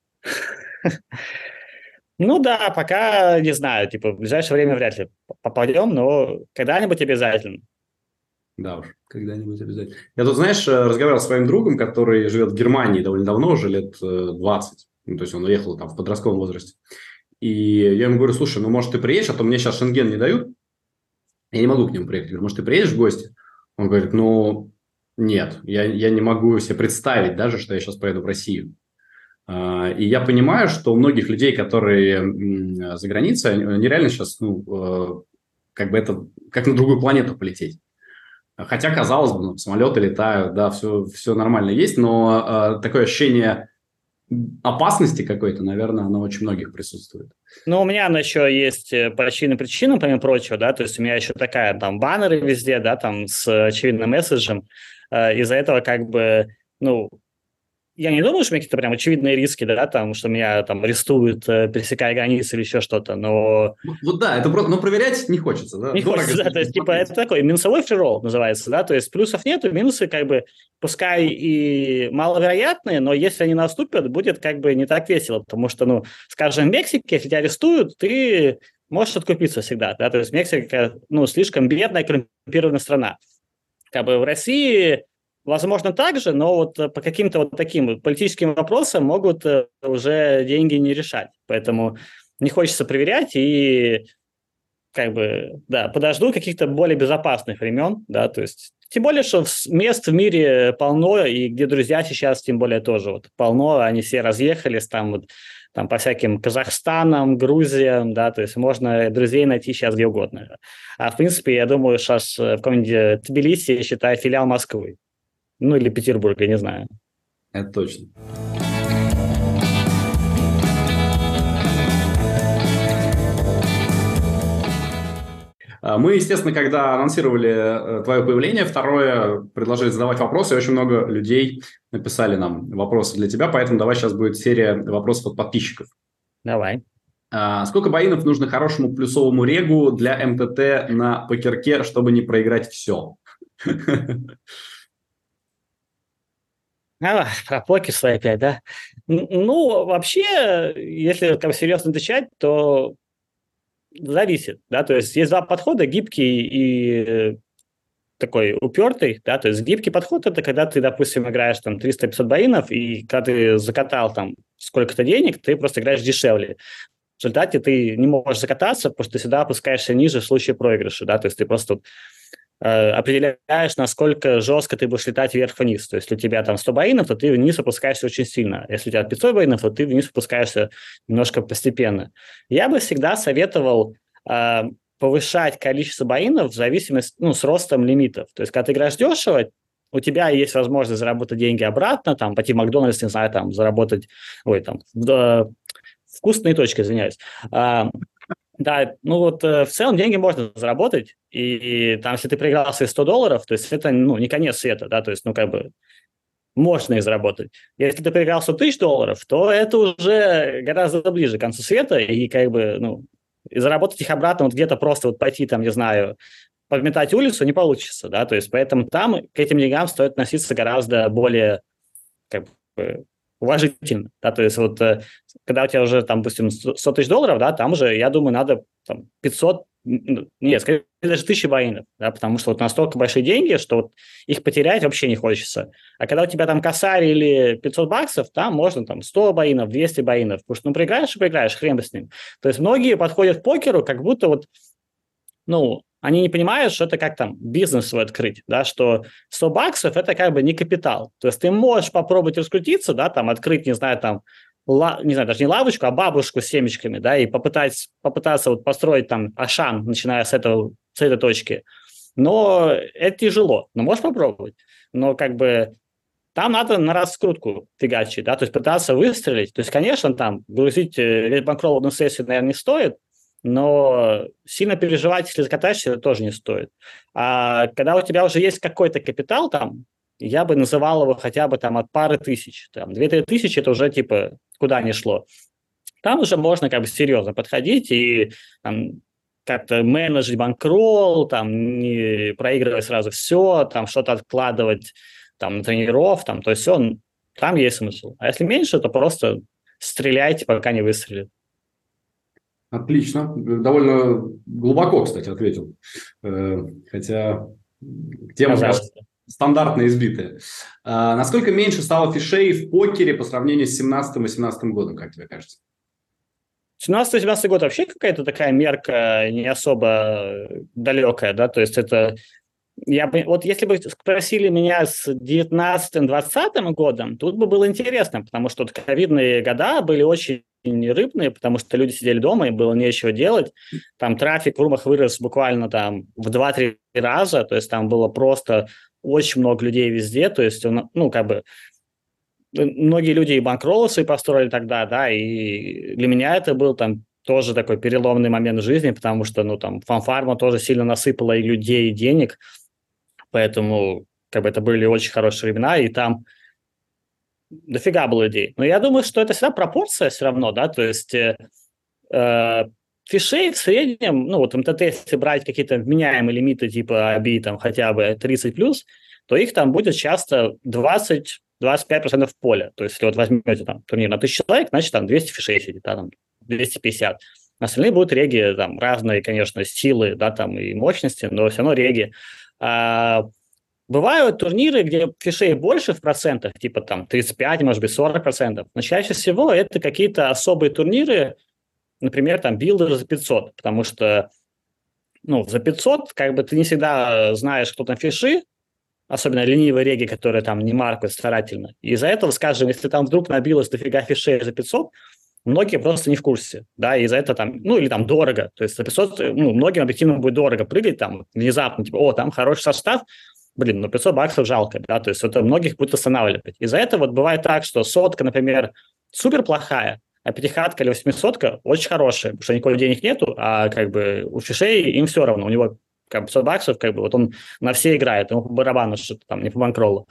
Ну да, пока не знаю, типа, в ближайшее время вряд ли попадем, но когда-нибудь обязательно. Да уж, когда-нибудь обязательно. Я тут, знаешь, разговаривал с своим другом, который живет в Германии довольно давно, уже лет 20. Ну, то есть он уехал там в подростковом возрасте. И я ему говорю, слушай, ну, может, ты приедешь, а то мне сейчас шенген не дают. Я не могу к нему приехать. Я говорю, может, ты приедешь в гости? Он говорит, ну, нет, я не могу себе представить даже, что я сейчас поеду в Россию. И я понимаю, что у многих людей, которые за границей, они реально сейчас, ну, как бы это, как на другую планету полететь. Хотя, казалось бы, ну, самолеты летают, да, все нормально есть, но такое ощущение опасности какой-то, наверное, оно очень многих присутствует. Ну, у меня еще есть по очевидным причинам, помимо прочего, да, то есть у меня еще такая, там, баннеры везде, да, там, с очевидным месседжем. Из-за этого, как бы, ну, я не думаю, что у меня какие-то прям очевидные риски, да, там, что меня там арестуют, пересекая границы или еще что-то, но... Вот да, это просто, но проверять не хочется, да? Не Дорого хочется, да, то есть, типа, это такой минусовой фриролл называется, да, то есть плюсов нету, минусы, как бы, пускай и маловероятные, но если они наступят, будет, как бы, не так весело, потому что, ну, скажем, в Мексике, если тебя арестуют, ты можешь откупиться всегда, да, то есть Мексика, ну, слишком бедная, коррумпированная страна. Как бы в России, возможно, так же, но вот по каким-то вот таким политическим вопросам могут уже деньги не решать, поэтому не хочется проверять и как бы, да, подожду каких-то более безопасных времен, да, то есть, тем более, что мест в мире полно, и где друзья сейчас, тем более, тоже вот полно, они все разъехались там вот, там по всяким Казахстанам, Грузиям, да, то есть можно друзей найти сейчас где угодно. А в принципе, я думаю, сейчас в каком-нибудь Тбилиси, считай, филиал Москвы, ну или Петербурга, не знаю. Это точно. Мы, естественно, когда анонсировали твое появление, второе, предложили задавать вопросы, и очень много людей написали нам вопросы для тебя, поэтому давай сейчас будет серия вопросов от подписчиков. Давай. Сколько боинов нужно хорошему плюсовому регу для МТТ на покерке, чтобы не проиграть все? Про покер свои опять, да? Ну, вообще, если там серьезно отвечать, то зависит, да, то есть есть два подхода, гибкий и такой упертый, да, то есть гибкий подход – это когда ты, допустим, играешь там 300-500 боинов, и когда ты закатал там сколько-то денег, ты просто играешь дешевле. В результате ты не можешь закататься, потому что ты всегда опускаешься ниже в случае проигрыша, да, то есть ты просто определяешь, насколько жестко ты будешь летать вверх-вниз. То есть, если у тебя там 100 боинов, то ты вниз опускаешься очень сильно. Если у тебя 500 боинов, то ты вниз опускаешься немножко постепенно. Я бы всегда советовал повышать количество боинов в зависимости, ну, с ростом лимитов. То есть, когда ты играешь дешево, у тебя есть возможность заработать деньги обратно, там, пойти в Макдональдс, не знаю, там, заработать, вкусные точки, извиняюсь. Да, ну вот в целом деньги можно заработать, и там, если ты проиграл свои $100, то есть это, ну, не конец света, да, то есть, ну, как бы, можно их заработать. Если ты проиграл 100 тысяч долларов, то это уже гораздо ближе к концу света, и как бы, ну, и заработать их обратно, вот где-то просто вот пойти там, не знаю, подметать улицу не получится, да, то есть поэтому там к этим деньгам стоит относиться гораздо более как бы уважительно, да, то есть вот когда у тебя уже там, допустим, 100 тысяч долларов, да, там уже, я думаю, надо там 500, нет, скорее даже 1000 баинов, да, потому что вот настолько большие деньги, что вот их потерять вообще не хочется. А когда у тебя там косарь или 500 баксов, там можно там 100 баинов, 200 баинов, потому что, ну, проиграешь и проиграешь, хрен бы с ним. То есть многие подходят к покеру, как будто вот, ну, они не понимают, что это как там бизнес свой открыть, да, что 100 баксов – это как бы не капитал. То есть ты можешь попробовать раскрутиться, да, там, открыть, не знаю, там, не знаю, даже не лавочку, а бабушку с семечками, да, и попытаться вот построить там ашан, начиная с этой точки. Но это тяжело, но можешь попробовать. Но как бы там надо на раскрутку фигачить, да, то есть пытаться выстрелить. То есть, конечно, там грузить весь банкролл в одну сессию, наверное, не стоит, но сильно переживать, если закатаешься, это тоже не стоит. А когда у тебя уже есть какой-то капитал там, я бы называл его хотя бы там от пары тысяч. Там 2-3 тысячи – это уже типа куда ни шло. Там уже можно как бы серьезно подходить и там, как-то менеджить банкролл, там не проигрывать сразу все, там что-то откладывать там, на тренеров, там, то есть все, там есть смысл. А если меньше, то просто стреляйте, пока не выстрелит. Отлично. Довольно глубоко, кстати, ответил. Хотя тема, кажется, стандартно избитая. Насколько меньше стало фишей в покере по сравнению с 17 и 17 годом, как тебе кажется? 17-17 год вообще какая-то такая мерка не особо далекая, да, то есть это... Вот если бы спросили меня с 19-20 годом, тут бы было интересно, потому что вот ковидные года были очень рыбные, потому что люди сидели дома, им было нечего делать. Там трафик в румах вырос буквально там в 2-3 раза, то есть там было просто очень много людей везде, то есть, ну, как бы многие люди и банкроллы свои построили тогда, да, и для меня это был там тоже такой переломный момент в жизни, потому что, ну, там, фанфарма тоже сильно насыпала и людей, и денег, поэтому как бы это были очень хорошие времена, и там дофига было людей. Но я думаю, что это всегда пропорция все равно, да, то есть фишей в среднем, ну вот МТТ, если брать какие-то вменяемые лимиты типа ABI там хотя бы 30+, то их там будет часто 20-25% поля. То есть если вот возьмете там турнир на 1000 человек, значит там 200 фишей сидит, да, там 250. Остальные будут реги, там разные, конечно, силы, да, там и мощности, но все равно реги. Бывают турниры, где фишей больше в процентах, типа там 35, может быть, 40%, но чаще всего это какие-то особые турниры, например, там билдер за 500, потому что, ну, за 500 как бы ты не всегда знаешь, кто там фиши, особенно ленивые реги, которые там не маркают старательно. И из-за этого, скажем, если там вдруг набилось дофига фишей за 500, многие просто не в курсе, да, и из-за этого там, ну, или там дорого, то есть за 500, ну, многим объективно будет дорого прыгать там внезапно, типа, о, там хороший состав, блин, ну 500 баксов жалко, да, то есть это многих будет останавливать. Из-за этого вот бывает так, что сотка, например, супер плохая, а пятихатка или 800-ка очень хорошая, потому что никаких денег нету, а как бы у фишей им все равно, у него как бы 500 баксов, как бы вот он на все играет, ему по барабану что-то там, не по банкроллу.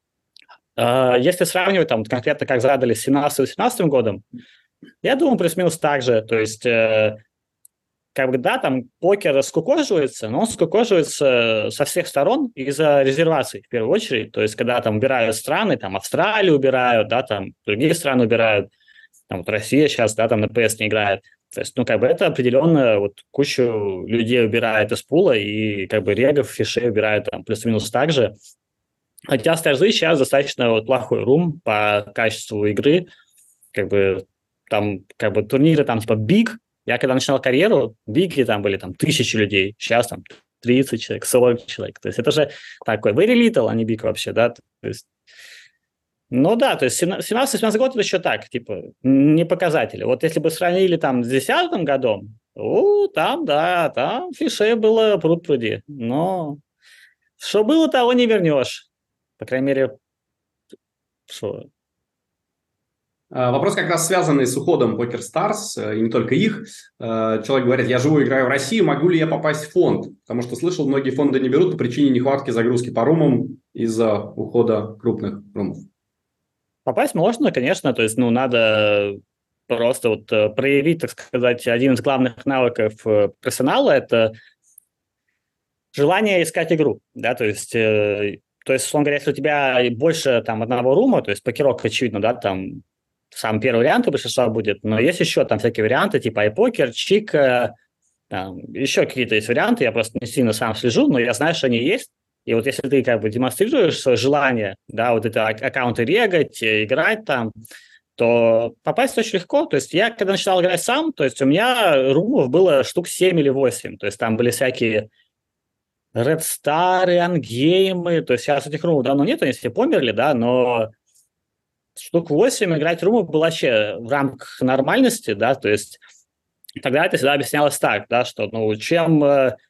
Если сравнивать там конкретно, как задали с 17-18 годом, я думаю, плюс-минус так же, то есть как бы, да, там покер скукоживается, но он скукоживается со всех сторон из-за резерваций, в первую очередь. То есть, когда там убирают страны, там Австралию убирают, да, там другие страны убирают, там вот Россия сейчас, да, там на PS не играет. То есть, ну, как бы это определенно вот кучу людей убирает из пула, и как бы регов, фишей убирают там плюс-минус так же. Хотя стажи сейчас достаточно вот плохой рум по качеству игры. Как бы там как бы турниры там типа Big. Я когда начинал карьеру, биги там были там 1000 людей, сейчас там 30 человек, 40 человек. То есть это же такой very little, а не big вообще, да. То есть, ну да, то есть 17-18 год это еще так, типа, не показатели. Вот если бы сравнили там с 2010 годом, там, да, там фишей было пруд-пруди. Но что было, того не вернешь. По крайней мере, что... Вопрос как раз связанный с уходом PokerStars, и не только их. Человек говорит, я живу и играю в России, могу ли я попасть в фонд? Потому что слышал, многие фонды не берут по причине нехватки загрузки по румам из-за ухода крупных румов. Попасть можно, конечно, то есть, ну, надо просто вот проявить, так сказать, один из главных навыков профессионала – это желание искать игру, да, то есть, условно говоря, если у тебя больше там одного рума, то есть покерок, очевидно, да, там сам первый вариант у большинства будет, но есть еще там всякие варианты, типа iPoker, чик, там, еще какие-то есть варианты, я просто не сильно сам слежу, но я знаю, что они есть. И вот если ты как бы демонстрируешь свое желание, да, вот это аккаунты регать, играть там, то попасть очень легко. То есть я, когда начинал играть сам, то есть у меня румов было штук 7 или 8. То есть там были всякие Red Star, Ангеймы. То есть сейчас этих румов давно нет, они все померли, да, но штук 8 играть румов было вообще в рамках нормальности, да, то есть тогда это всегда объяснялось так, да, что, ну, чем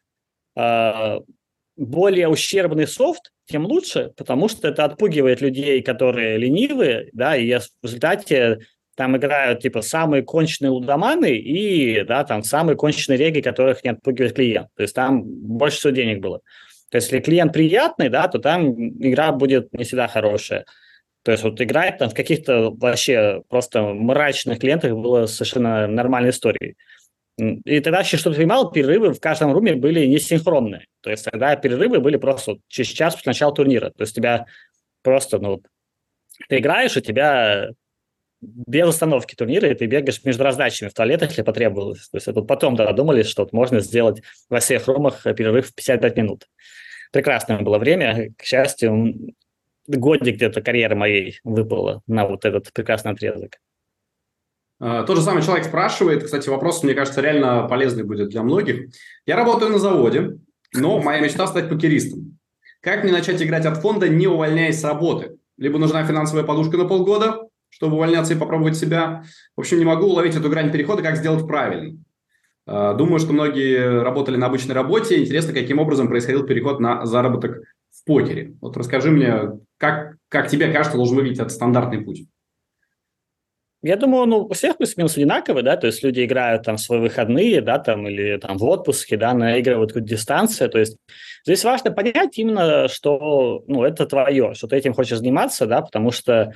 более ущербный софт, тем лучше, потому что это отпугивает людей, которые ленивые, да, и в результате там играют, типа, самые конченые лудоманы и, да, там, самые конченые реги, которых не отпугивает клиент. То есть там больше всего денег было. То есть если клиент приятный, да, то там игра будет не всегда хорошая. То есть вот играть там в каких-то вообще просто мрачных клиентах было совершенно нормальной историей. И тогда еще, чтобы ты понимал, перерывы в каждом руме были несинхронные. То есть тогда перерывы были просто вот через час после начала турнира. То есть тебя просто, ну, ты играешь, у тебя без остановки турнира, и ты бегаешь между раздачами в туалетах, если потребовалось. То есть это потом додумались, что вот можно сделать во всех румах перерыв в 55 минут. Прекрасное было время. К счастью, годик где-то карьеры моей выпало на вот этот прекрасный отрезок. Тот же самый человек спрашивает, кстати, вопрос, мне кажется, реально полезный будет для многих. Я работаю на заводе, но моя мечта стать покеристом. Как мне начать играть от фонда, не увольняясь с работы? Либо нужна финансовая подушка на полгода, чтобы увольняться и попробовать себя. В общем, не могу уловить эту грань перехода, как сделать правильно. Думаю, что многие работали на обычной работе. Интересно, каким образом происходил переход на заработок в покере. Вот расскажи мне, как тебе кажется, должен выглядеть этот стандартный путь? Я думаю, ну, у всех плюс-минус одинаковые, да, то есть люди играют там в свои выходные, да, там, или там в отпуске, да, наигрывают какую-то дистанцию, то есть здесь важно понять именно, что, ну, это твое, что ты этим хочешь заниматься, да, потому что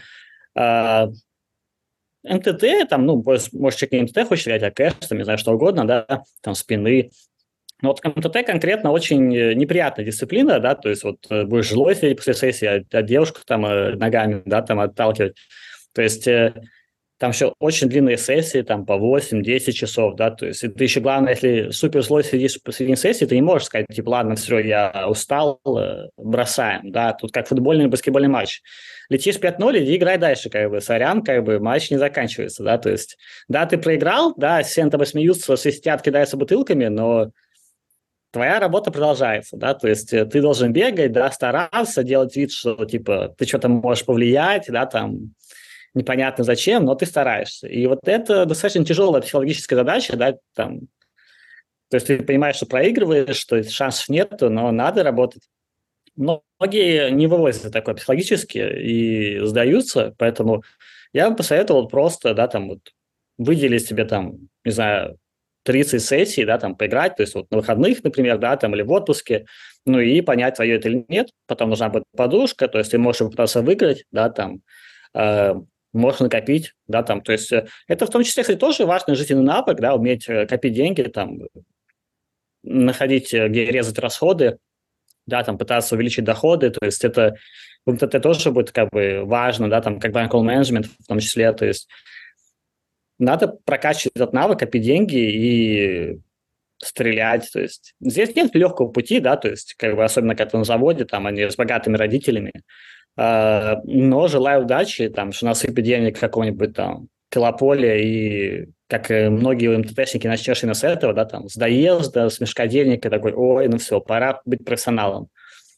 МТТ, там, ну, может, человек не МТТ хочет играть, а кэш, там, не знаю, что угодно, да, там, спины. Но вот МТТ конкретно очень неприятная дисциплина, да, то есть вот будешь злой сидеть после сессии, а девушку там ногами, да, там отталкивать. То есть там еще очень длинные сессии, там по 8-10 часов, да, то есть ты еще, главное, если супер злой сидишь посреди сессии, ты не можешь сказать, типа, ладно, все, я устал, бросаем, да, тут как футбольный, баскетбольный матч. Летишь 5-0, иди играй дальше, как бы, сорян, как бы, матч не заканчивается, да, то есть, да, ты проиграл, да, все над тобой смеются, свистят, кидаются бутылками, но твоя работа продолжается, да, то есть ты должен бегать, да, стараться, делать вид, что, типа, ты что-то можешь повлиять, да, там, непонятно зачем, но ты стараешься. И вот это достаточно тяжелая психологическая задача, да, там, то есть ты понимаешь, что проигрываешь, что шансов нет, но надо работать. Но многие не вывозят такое психологически и сдаются, поэтому я бы посоветовал просто, да, там, вот, выделить себе там, не знаю, 30 сессий, да, там, поиграть, то есть вот на выходных, например, да, там, или в отпуске, ну, и понять, твое это или нет, потом нужна будет подушка, то есть ты можешь попытаться выиграть, да, там, можно накопить, да, там, то есть это в том числе, кстати, тоже важный жизненный навык, да, уметь копить деньги, там, находить, где резать расходы, да, там, пытаться увеличить доходы, то есть это тоже будет как бы важно, да, там, как bankroll management в том числе, то есть надо прокачивать этот навык, копить деньги и стрелять, то есть здесь нет легкого пути, да, то есть как бы особенно когда ты на заводе, там, они с богатыми родителями, но желаю удачи, там, что насыпет денег какого-нибудь там Колополя, и как и многие МТТшники, начнешь именно с этого, да, там, с доезда, с мешка денег, и такой, ой, ну все, пора быть профессионалом.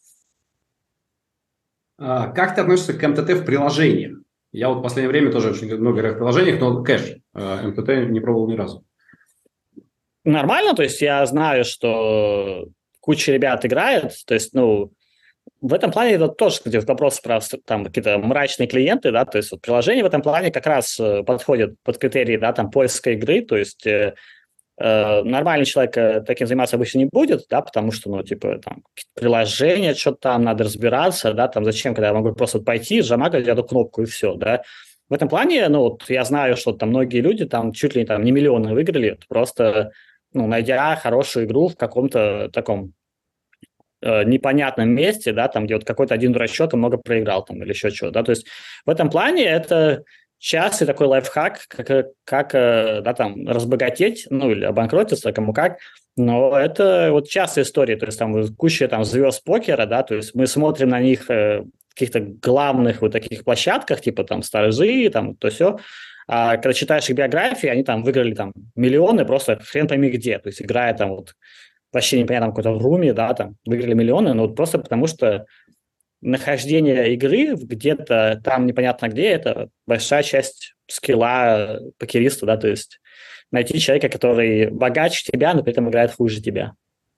Как ты относишься к МТТ в приложениях? Я вот в последнее время тоже очень много играю в приложениях, но кэш МТТ не пробовал ни разу. Нормально, то есть я знаю, что куча ребят играет, то есть, ну, в этом плане это тоже, кстати, вопрос про там какие-то мрачные клиенты, да, то есть вот приложение в этом плане как раз подходит под критерии, да, там, поиска игры, то есть нормальный человек таким заниматься обычно не будет, да, потому что, ну, типа, там, приложение, что-то там надо разбираться, да, там, зачем, когда я могу просто пойти, сжимать эту кнопку и все, да. В этом плане, ну, вот я знаю, что там многие люди там чуть ли там не миллионы выиграли, просто, ну, найдя хорошую игру в каком-то таком непонятном месте, да, там, где вот какой-то один дурачок много проиграл там или еще что-то, да, то есть в этом плане это частый такой лайфхак, как да, там, разбогатеть, ну, или обанкротиться, кому как, но это вот частая история, то есть там куча там звезд покера, да, то есть мы смотрим на них в каких-то главных вот таких площадках, типа там Старжи, там то все, а когда читаешь их биографии, они там выиграли там миллионы, просто хрен пойми где, то есть играя там вот вообще непонятно, какой-то в руме, да, там, выиграли миллионы, но вот просто потому что нахождение игры где-то там непонятно где, это большая часть скилла покериста, да, то есть найти человека, который богаче тебя, но при этом играет хуже тебя.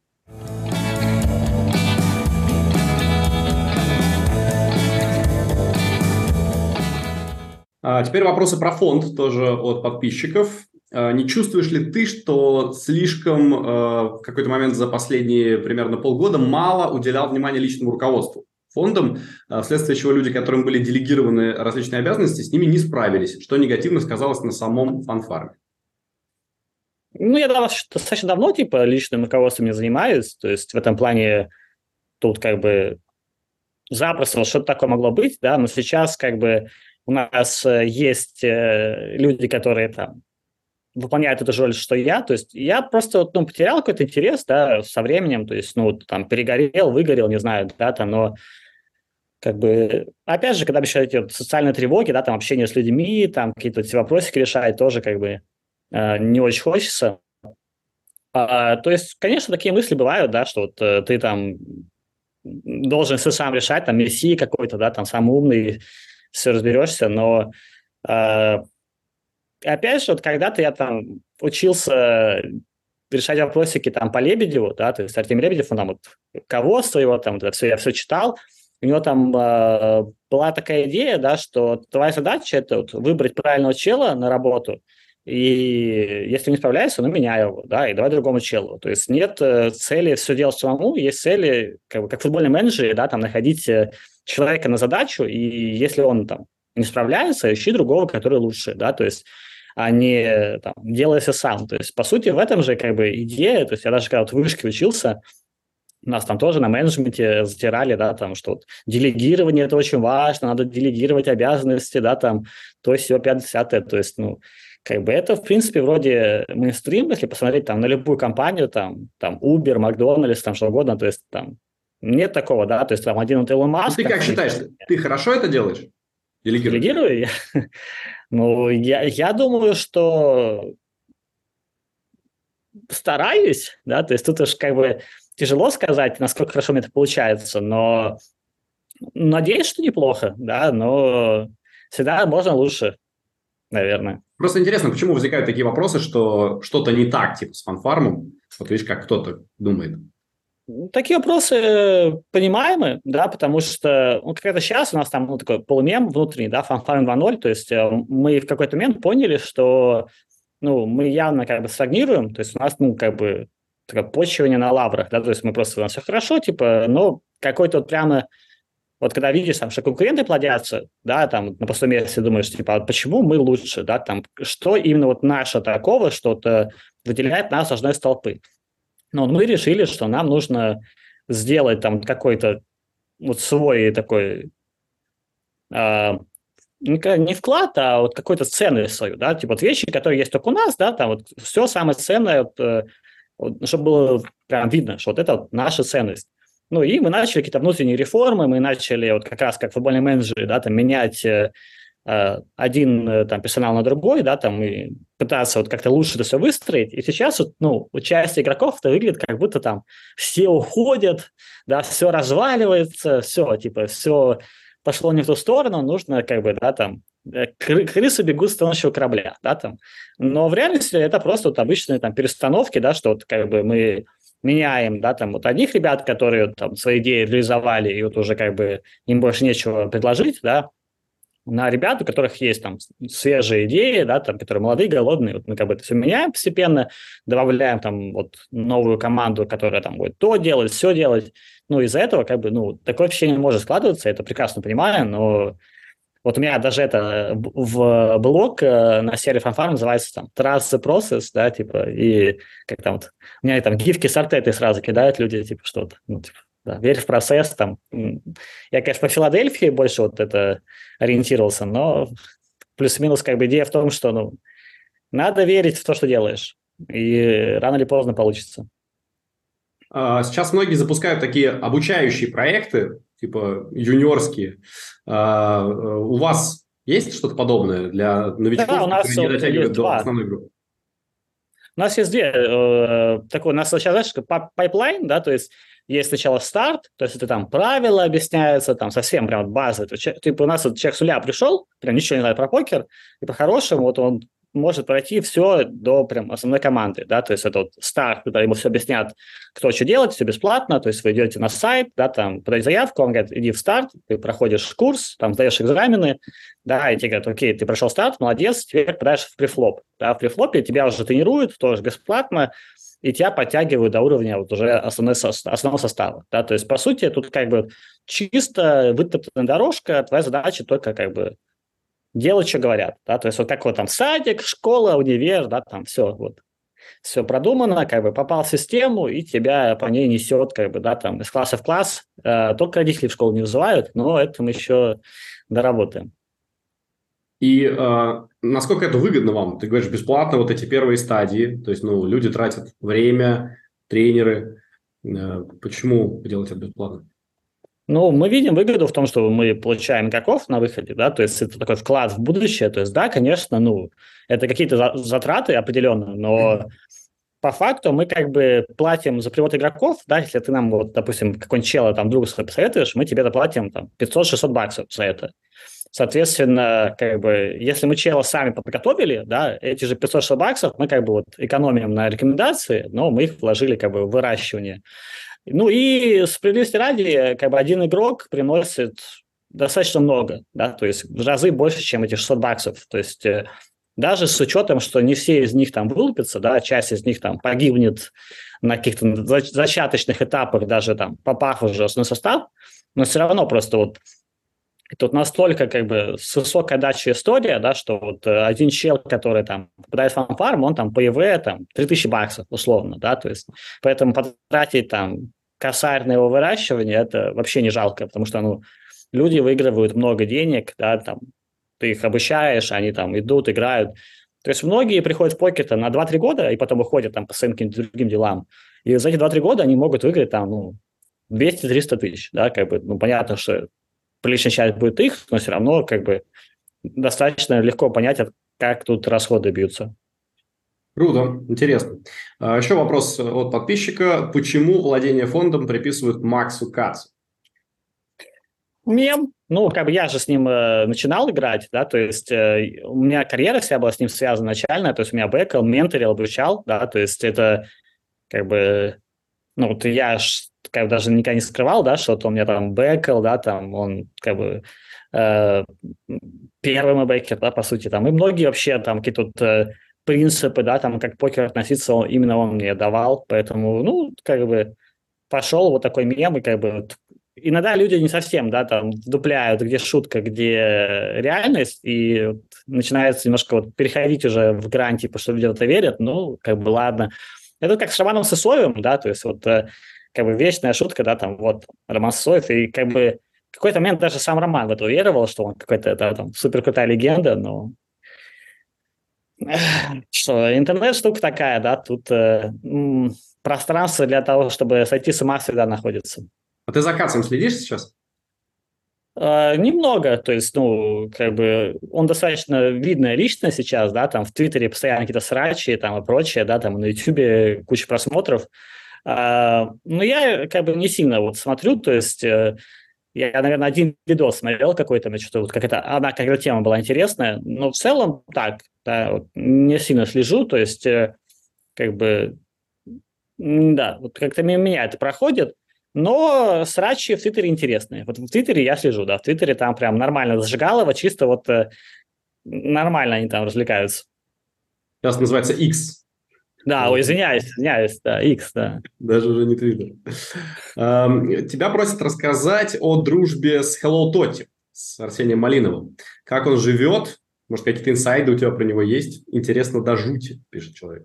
Теперь вопросы про фонд, тоже от подписчиков. Не чувствуешь ли ты, что слишком в какой-то момент за последние примерно полгода мало уделял внимания личному руководству фондом, вследствие чего люди, которым были делегированы различные обязанности, с ними не справились, что негативно сказалось на самом фан-фарме? Ну, я достаточно давно, типа, личным руководством не занимаюсь, то есть в этом плане тут как бы запросто что-то такое могло быть, да, но сейчас как бы у нас есть люди, которые там выполняют эту же роль, что я, то есть я просто ну, потерял какой-то интерес, да, со временем, то есть, ну, там, перегорел, выгорел, не знаю, да, там, но как бы, опять же, когда еще эти вот социальные тревоги, да, там, общение с людьми, там, какие-то эти вопросики решать, тоже как бы не очень хочется. То есть, конечно, такие мысли бывают, да, что вот ты там должен все сам решать, там, мессия какой-то, да, там, самый умный, все разберешься, но опять же, вот когда-то я там учился решать вопросики там по Лебедеву, да, то есть Артемий Лебедев, он там вот руководство его, там, это все, я все читал, у него там была такая идея, да, что твоя задача – это вот выбрать правильного чела на работу, и если не справляешься, ну, меняй его, да, и давай другому челу. То есть нет цели все делать самому, есть цели, как бы, как футбольный менеджер, да, там, находить человека на задачу, и если он там не справляется, ищи другого, который лучше, да, то есть а не там, делай все сам. То есть, по сути, в этом же как бы идея, то есть я даже когда вот в вышке учился, у нас там тоже на менеджменте затирали, да, там, что вот делегирование – это очень важно, надо делегировать обязанности, да, там, то есть все 50-е, то есть, ну, как бы это, в принципе, вроде мейнстрим, если посмотреть там на любую компанию, там Uber, Макдональдс, там что угодно, то есть там нет такого, да, то есть там один вот Илон Маск. Ты как считаешь, ты хорошо это делаешь? Делегирую? Ну, я думаю, что стараюсь, да, то есть тут уж как бы тяжело сказать, насколько хорошо мне это получается, но надеюсь, что неплохо, да, но всегда можно лучше, наверное. Просто интересно, почему возникают такие вопросы, что что-то не так, типа, с фан-фармом? Вот видишь, как кто-то думает. Такие вопросы понимаемы, да, потому что ну, как-то сейчас у нас там ну, такой полумем внутренний, да, фан-фарм 2.0, то есть мы в какой-то момент поняли, что ну, мы явно как бы стагнируем, то есть у нас, ну, как бы такое почивание на лаврах, да, то есть мы просто, у нас все хорошо, типа, но какой-то вот прямо, вот когда видишь, там, что конкуренты плодятся, да, там, на пустом месте думаешь, типа, а почему мы лучше, да, там, что именно вот наше такого, что-то выделяет нас аж из толпы. Но мы решили, что нам нужно сделать там какой-то вот свой такой не вклад, а вот какую-то ценность свою, да, типа вот вещи, которые есть только у нас, да, там вот все самое ценное, вот, чтобы было прям видно, что вот это вот наша ценность. Ну и мы начали какие-то внутренние реформы, мы начали вот как раз как футбольные менеджеры, да, там менять один там персонал на другой, да, там и пытаться вот как-то лучше это все выстроить. И сейчас вот, ну, участие игроков это выглядит как будто там все уходят, да, все разваливается, все, типа, все пошло не в ту сторону, нужно как бы, да, там, крысы бегут с тонущего корабля, да, там. Но в реальности это просто вот обычные там перестановки, да, что вот как бы мы меняем, да, там вот одних ребят, которые там свои идеи реализовали, и вот уже как бы им больше нечего предложить, да, на ребят, у которых есть там свежие идеи, да, там, которые молодые, голодные. Вот мы как бы это все меняем постепенно, добавляем там вот новую команду, которая там будет то делать, все делать. Ну, из-за этого как бы, ну, такое впечатление может складываться, я это прекрасно понимаю, но вот у меня даже это в блог на сервере Fanfare называется там Trust the Process, да, типа, и как там вот, у меня там гифки с артетой сразу кидают люди, типа, что-то, ну, типа, да, верь в процесс, там. Я, конечно, по Филадельфии больше вот это ориентировался, но плюс-минус как бы идея в том, что, ну, надо верить в то, что делаешь, и рано или поздно получится. Сейчас многие запускают такие обучающие проекты, типа юниорские. У вас есть что-то подобное для новичков, Да, у нас которые не вот дотягивают есть до два. основной группы? У нас есть две, такой, у нас сейчас, знаешь, пайплайн, да, то есть есть сначала старт, то есть это там правила объясняются, там совсем прям вот базы. Типа у нас вот человек с нуля пришел, прям ничего не знает про покер, и по-хорошему вот он может пройти все до прям основной команды, да, то есть это вот старт, когда ему все объяснят, кто что делать, все бесплатно, то есть вы идете на сайт, да, там, подай заявку, он говорит, иди в старт, ты проходишь курс, там, сдаешь экзамены, да, и тебе говорят, окей, ты прошел старт, молодец, теперь попадаешь в префлоп, да, в префлопе тебя уже тренируют, тоже бесплатно, и тебя подтягивают до уровня вот уже основного состава, да, то есть, по сути, тут как бы чисто вытоптанная дорожка, твоя задача только как бы делать, что говорят, да, то есть вот как вот там садик, школа, универ, да, там все вот, все продумано, как бы попал в систему, и тебя по ней несет, как бы, да, там из класса в класс, только родители в школу не вызывают, но это мы еще доработаем. И насколько это выгодно вам? Ты говоришь, бесплатно вот эти первые стадии, то есть, ну, люди тратят время, тренеры. Почему вы делаете это бесплатно? Ну, мы видим выгоду в том, что мы получаем игроков на выходе, да, то есть это такой вклад в будущее, то есть, да, конечно, ну, это какие-то затраты определенные, но по факту мы как бы платим за привод игроков, да, если ты нам, вот, допустим, какой-нибудь чела там другу посоветуешь, мы тебе заплатим там 500-600 баксов за это. Соответственно, как бы, если мы чела сами подготовили, да, эти же 500 баксов мы как бы вот экономим на рекомендации, но мы их вложили как бы в выращивание. Ну и справедливости ради, как бы один игрок приносит достаточно много, да, то есть в разы больше, чем эти 600 баксов. То есть даже с учетом, что не все из них там вылупятся, да, часть из них там погибнет на каких-то зачаточных этапах, даже там попав уже в основной состав, но все равно просто вот тут настолько как бы с высокой отдачей история, да, что вот один чел, который там попадает в фанфарм, он там по ЕВ там 3000 баксов условно, да, то есть поэтому потратить там косарь на его выращивание это вообще не жалко, потому что, ну, люди выигрывают много денег, да, там, ты их обучаешь, они там идут, играют. То есть многие приходят в покер там, на 2-3 года и потом уходят там по своим каким-то другим делам. И за эти 2-3 года они могут выиграть там, ну, 200-300 тысяч, да, как бы, ну, понятно, что приличная часть будет их, но все равно как бы достаточно легко понять, как тут расходы бьются. Круто, интересно. Еще вопрос от подписчика. Почему владение фондом приписывают Максу Кацу? Мем. Ну, как бы я же с ним начинал играть, да, то есть у меня карьера вся была с ним связана начально, то есть у меня бэкал, менторил, обучал, да, то есть это как бы, ну, вот я как бы даже никогда не скрывал, да, что-то у меня там бэкал, да, там он как бы первый мой бэкер, да, по сути, там, и многие вообще там какие-то вот, принципы, да, там, как к покеру относиться, именно он мне давал, поэтому, ну, как бы пошел вот такой мем, и как бы вот, иногда люди не совсем, да, там, вдупляют, где шутка, где реальность, и вот начинается немножко вот переходить уже в грань, типа, что люди в это верят, ну, как бы, ладно. Это как с Романом Сысоевым, да, то есть вот как бы вечная шутка, да, там, вот, Роман Сысоев, и как бы в какой-то момент даже сам Роман в это уверовал, что он какой-то, да, там, суперкрутая легенда, но что, интернет штука такая, да, тут пространство для того, чтобы сойти с ума всегда находится. А ты за Кацем следишь сейчас? Немного, то есть, ну, как бы он достаточно видная личность сейчас, да, там в Твиттере постоянно какие-то срачи там и прочее, да, там на Ютубе куча просмотров. Но я как бы не сильно вот смотрю, то есть я, наверное, один видос смотрел какой-то, что вот она какая-то тема была интересная, но в целом так, да, вот, не сильно слежу, то есть как бы, да, вот как-то мимо меня это проходит. Но срачи в Твиттере интересные. Вот в Твиттере я слежу, да, в Твиттере там прям нормально зажигалово, чисто вот нормально они там развлекаются. Сейчас называется X. Да, ой, извиняюсь, да, X, да. Даже уже не Твиттер. Тебя просят рассказать о дружбе с Hello Totti, с Арсением Малиновым. Как он живет? Может, какие-то инсайды у тебя про него есть? Интересно до жути, пишет человек.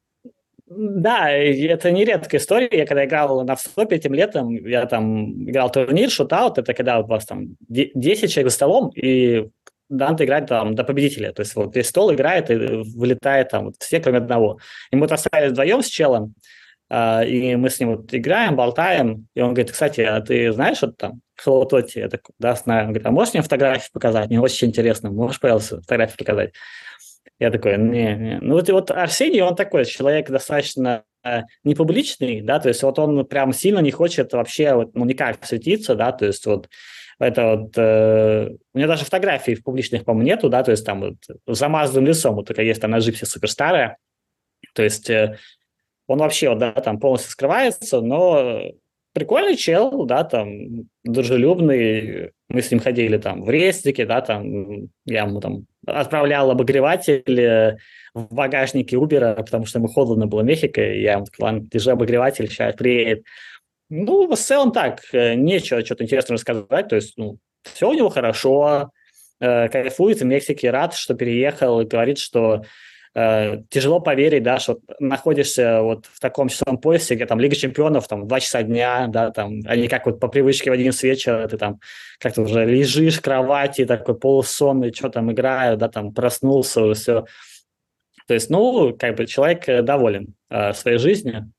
Да, это не редкая история. Я когда играл на встопе этим летом, я там играл турнир, шутаут, это когда у вас там 10 человек за столом, и надо играть там до победителя. То есть вот весь стол играет и вылетает там вот все, кроме одного. И мы вот остались вдвоем с челом, и мы с ним вот играем, болтаем, и он говорит: кстати, а ты знаешь вот там Hello Totti? Я такой: да, знаю. Он говорит: а можешь мне фотографии показать? Мне очень интересно. Можешь, пожалуйста, фотографии показать? Я такой: не. Ну вот Арсений, он такой человек достаточно непубличный, да, то есть вот он прям сильно не хочет вообще вот, ну, никак светиться, да, то есть вот это вот, у меня даже фотографий в публичных, по-моему, нету, да, то есть там вот с замазанным лицом, вот такая есть там на Джипсе суперстарая, то есть он вообще вот, да, там полностью скрывается, но прикольный чел, да, там дружелюбный, мы с ним ходили там в рестике, да, там я ему там отправлял обогреватель в багажнике Убера, потому что ему холодно было в Мехико, и я ему такой: ладно, держи обогреватель, сейчас приедет. Ну, в целом так, нечего что-то интересного рассказать, то есть, ну, все у него хорошо, кайфует в Мексике, рад, что переехал, и говорит, что тяжело поверить, да, что находишься вот в таком часовом поясе, где там Лига Чемпионов, там, 2 часа дня, да, там, а не как вот по привычке в 11 вечера ты там как-то уже лежишь в кровати, такой полусонный, что там играю, да, там, проснулся, уже все. То есть, ну, как бы человек доволен своей жизнью.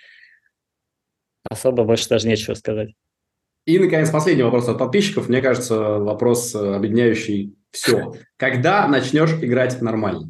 Особо больше даже нечего сказать. И, наконец, последний вопрос от подписчиков. Мне кажется, вопрос, объединяющий все. Когда начнешь играть нормально?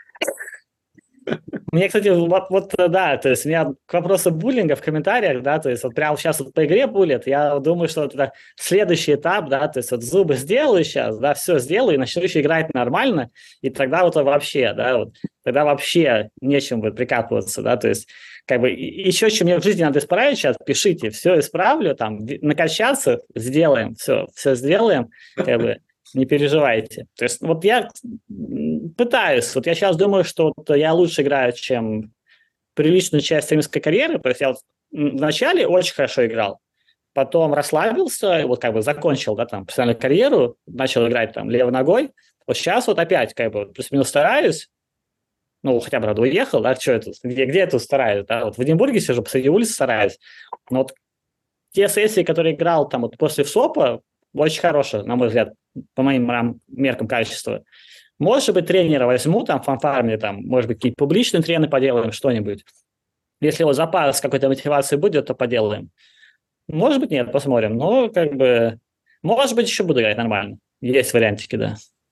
Мне, кстати, вот да, то есть у меня к вопросу буллинга в комментариях, да, то есть вот прямо сейчас вот по игре буллит, я думаю, что это следующий этап, да, то есть вот зубы сделаю сейчас, да, все сделаю и начну еще играть нормально, и тогда вот вообще, да, вот тогда вообще нечем будет прикапываться, да, то есть как бы еще, что мне в жизни надо исправить сейчас, пишите, все исправлю, там, накачаться, сделаем, все сделаем, как бы, не переживайте. То есть вот я пытаюсь, вот я сейчас думаю, что вот я лучше играю, чем приличную часть стримерской карьеры, то есть я вот вначале очень хорошо играл, потом расслабился, вот как бы закончил, да, там, профессиональную карьеру, начал играть там левой ногой, вот сейчас вот опять как бы плюс-минус стараюсь, ну, хотя бы, правда, уехал, да, что это, где я тут стараюсь, да, вот в Эдинбурге сижу, посреди улицы стараюсь, но вот те сессии, которые играл там вот после ВСОПа, очень хорошие, на мой взгляд, по моим меркам качества. Может быть, тренера возьму, там, фанфарме, там, может быть, какие-то публичные тренеры поделаем, что-нибудь. Если вот запас какой-то мотивации будет, то поделаем. Может быть, нет, посмотрим. Но, как бы, может быть, еще буду играть нормально. Есть вариантики, да.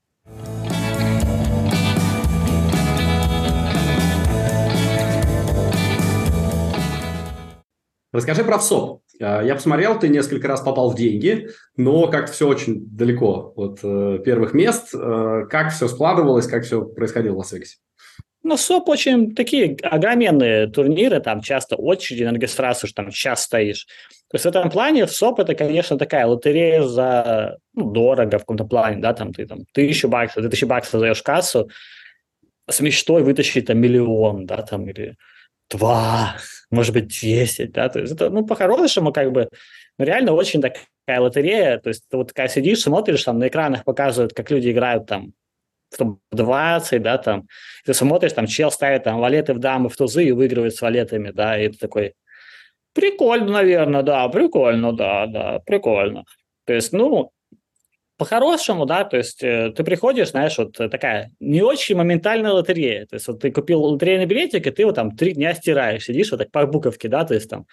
Расскажи про ВСОП. Я посмотрел, ты несколько раз попал в деньги, но как-то все очень далеко от первых мест. Как все складывалось, как все происходило в Лас-Вегасе? Ну, СОП очень такие огроменные турниры, там часто очереди на регистрацию, что там час стоишь. То есть в этом плане СОП это, конечно, такая лотерея за дорого в каком-то плане, да, там ты там $1000, $2000 даешь кассу с мечтой вытащить там миллион, да, там, или 2, может быть, 10, да, то есть это, ну, по-хорошему, как бы, ну, реально очень такая лотерея, то есть ты вот такая сидишь, смотришь, там на экранах показывают, как люди играют там в топ-20, да, там, ты смотришь, там, чел ставит там валеты в дамы, в тузы и выигрывает с валетами, да, и ты такой: прикольно, наверное, да, прикольно, да, прикольно. То есть, ну, по-хорошему, да, то есть ты приходишь, знаешь, вот такая не очень моментальная лотерея. То есть вот ты купил лотерейный билетик, и ты его там 3 дня стираешь, сидишь вот так по буковке, да, то есть там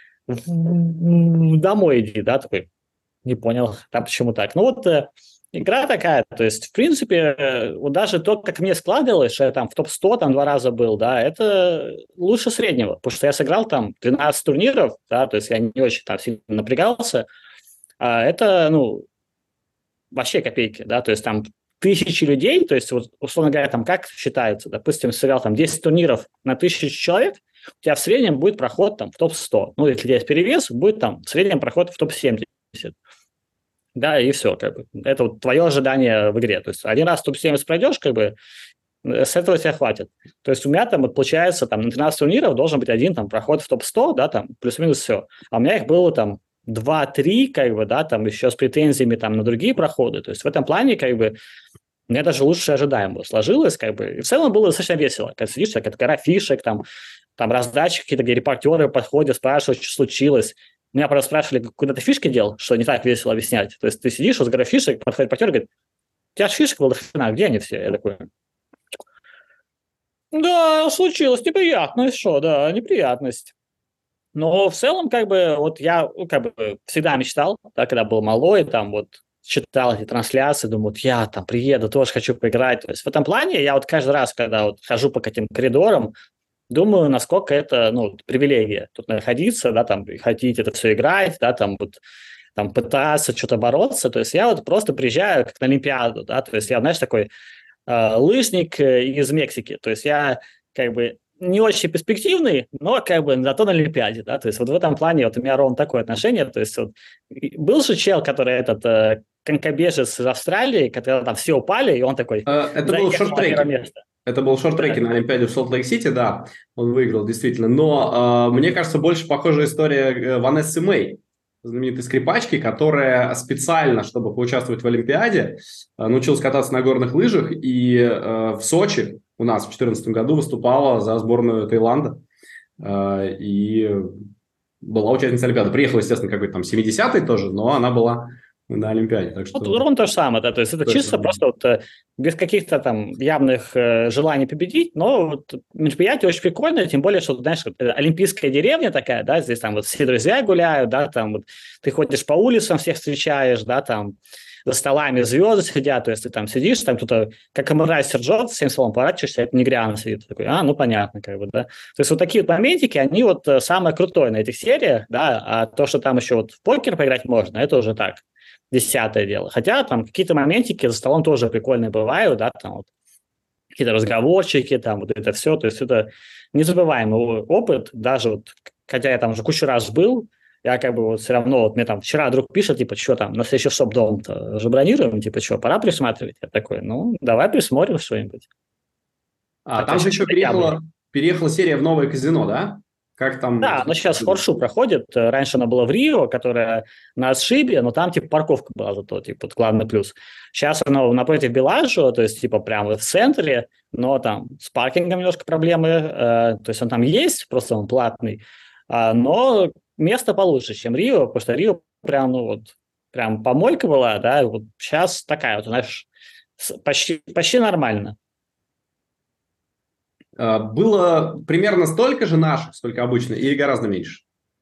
домой иди, да, такой: не понял, там почему так. Ну вот игра такая, то есть в принципе вот даже то, как мне складывалось, что я там в топ-100 там 2 раза был, да, это лучше среднего, потому что я сыграл там 12 турниров, да, то есть я не очень там сильно напрягался, а это, ну, вообще копейки, да, то есть там тысячи людей, то есть вот, условно говоря, там как считается, допустим, сыграл там 10 турниров на 1000 человек, у тебя в среднем будет проход там в топ-100. Ну, если у тебя есть перевес, будет там в среднем проход в топ-70. Да, и все, как бы. Это вот твое ожидание в игре. То есть один раз топ-70 пройдешь, как бы, с этого тебя хватит. То есть у меня там, вот, получается, там на 13 турниров должен быть один там проход в топ-100, да, там, плюс-минус все. А у меня их было там 2-3, как бы, да, там еще с претензиями там на другие проходы. То есть в этом плане, как бы, у меня даже лучше ожидаемо сложилось, как бы. И в целом было достаточно весело. Когда сидишь, какая-то гора фишек, там раздачи какие-то, где репортеры подходят, спрашивают, что случилось. Меня просто спрашивали, куда ты фишки делал, что не так весело объяснять. То есть ты сидишь, вот с горой фишек, подходит репортер и говорит, у тебя же фишек было дофина, где они все? Я такой, да, случилось, неприятность, что, да, неприятность. Но в целом, как бы, вот я, как бы, всегда мечтал, да, когда был малой, там, вот, читал эти трансляции, думаю, вот я там приеду, тоже хочу поиграть. То есть в этом плане я вот каждый раз, когда вот хожу по этим коридорам, думаю, насколько это, ну, привилегия тут находиться, да, там, и хотеть это все играть, да, там, вот, там, пытаться что-то бороться. То есть я вот просто приезжаю как на Олимпиаду, да, то есть я, знаешь, такой лыжник из Мексики. То есть я как бы не очень перспективный, но как бы зато на Олимпиаде, да, то есть вот в этом плане вот у меня ровно такое отношение, то есть вот, был же чел, который этот конькобежец из Австралии, когда там все упали, и он такой... Это был в шорт-треке. Это был в шорт-треке на Олимпиаде в Солт-Лейк-Сити, да, он выиграл, действительно. Но мне кажется, больше похожая история Ванессы Мэй, знаменитой скрипачки, которая специально, чтобы поучаствовать в Олимпиаде, научилась кататься на горных лыжах и в Сочи у нас в 2014 году выступала за сборную Таиланда и была участницей Олимпиады. Приехала, естественно, какой-то там 70-й тоже, но она была на Олимпиаде. Так что... Вот ровно то же самое, да, то есть это чисто просто вот без каких-то там явных желаний победить, но вот мероприятие очень прикольное, тем более, что, знаешь, олимпийская деревня такая, да, здесь там вот все друзья гуляют, да, там вот ты ходишь по улицам, всех встречаешь, да, там за столами звезды сидят, то есть ты там сидишь, там кто-то, как Амурайсер Джон, всем столом поворачиваешься, это Негриан сидит, такой, ну понятно, как бы, да. То есть вот такие вот моментики, они вот самое крутое на этих сериях, да, а то, что там еще вот в покер поиграть можно, это уже так. Десятое дело. Хотя там какие-то моментики за столом тоже прикольные бывают, да, там вот какие-то разговорчики, там вот это все, то есть это незабываемый опыт, даже вот, хотя я там уже кучу раз был, я как бы вот все равно, вот мне там вчера друг пишет, типа, что там, на следующий СОП-дом-то уже бронируем, типа, что, пора присматривать? Я такой, ну, давай присмотрим что-нибудь. Там же еще переехала серия в новое казино, да? Как там? Да, но сейчас Хоршу проходит. Раньше она была в Рио, которая на отшибе, но там, типа, парковка была зато, типа, вот главный плюс. Сейчас она напротив Белажио, то есть, типа, прямо в центре, но там с паркингом немножко проблемы. То есть он там есть, просто он платный, но место получше, чем Рио, потому что Рио прям, ну вот, прям помойка была, да, вот сейчас такая вот, знаешь, почти нормально. Было примерно столько же наших, сколько обычно, или гораздо меньше?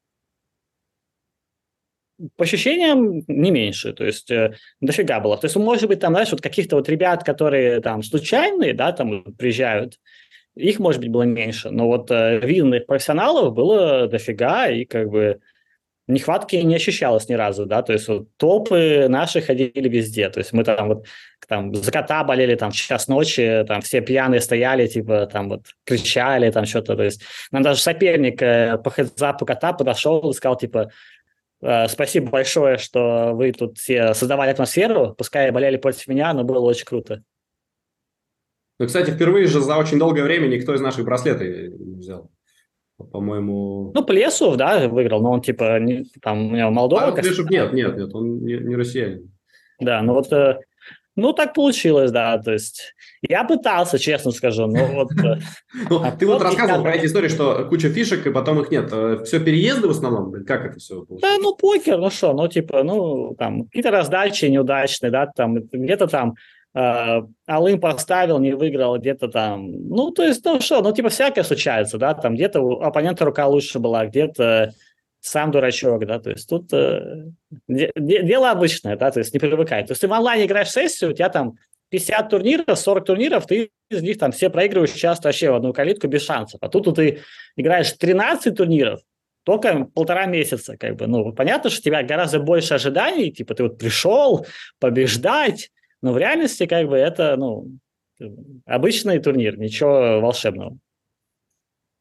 По ощущениям, не меньше, то есть дофига было. То есть, может быть, там, знаешь, вот каких-то вот ребят, которые там случайные, да, там приезжают, их, может быть, было меньше, но вот видных профессионалов было дофига, и как бы нехватки не ощущалось ни разу, да, то есть вот толпы наши ходили везде, то есть мы там вот там за кота болели там в час ночи, там все пьяные стояли, типа там вот кричали, там что-то, то есть нам даже соперник по хедзапу кота подошел и сказал, типа, спасибо большое, что вы тут все создавали атмосферу, пускай болели против меня, но было очень круто. Ну, кстати, впервые же за очень долгое время никто из наших браслеты не взял. По-моему... Ну, Плесов, да, выиграл, но он, типа, там, у него Молдова... Павел Плешев нет, он не россиянин. Да, ну вот, ну, так получилось, да, то есть я пытался, честно скажу, но вот... Ты вот рассказывал про эти истории, что куча фишек, и потом их нет. Все переезды в основном? Как это все получилось? Да, ну, покер, ну что, ну, типа, ну, там, какие-то раздачи неудачные, да, там, где-то там Алым поставил, не выиграл, где-то там, ну, то есть, ну, что, ну, типа, всякое случается, да, там, где-то у оппонента рука лучше была, где-то сам дурачок, да, то есть тут дело обычное, да, то есть не привыкай. То есть ты в онлайне играешь в сессию, у тебя там 50 турниров, 40 турниров, ты из них там все проигрываешь часто вообще в одну калитку без шансов. А тут ты играешь 13 турниров, только 1,5 месяца, как бы, ну, понятно, что у тебя гораздо больше ожиданий, типа, ты вот пришел побеждать, но в реальности, как бы, это, ну, обычный турнир, ничего волшебного.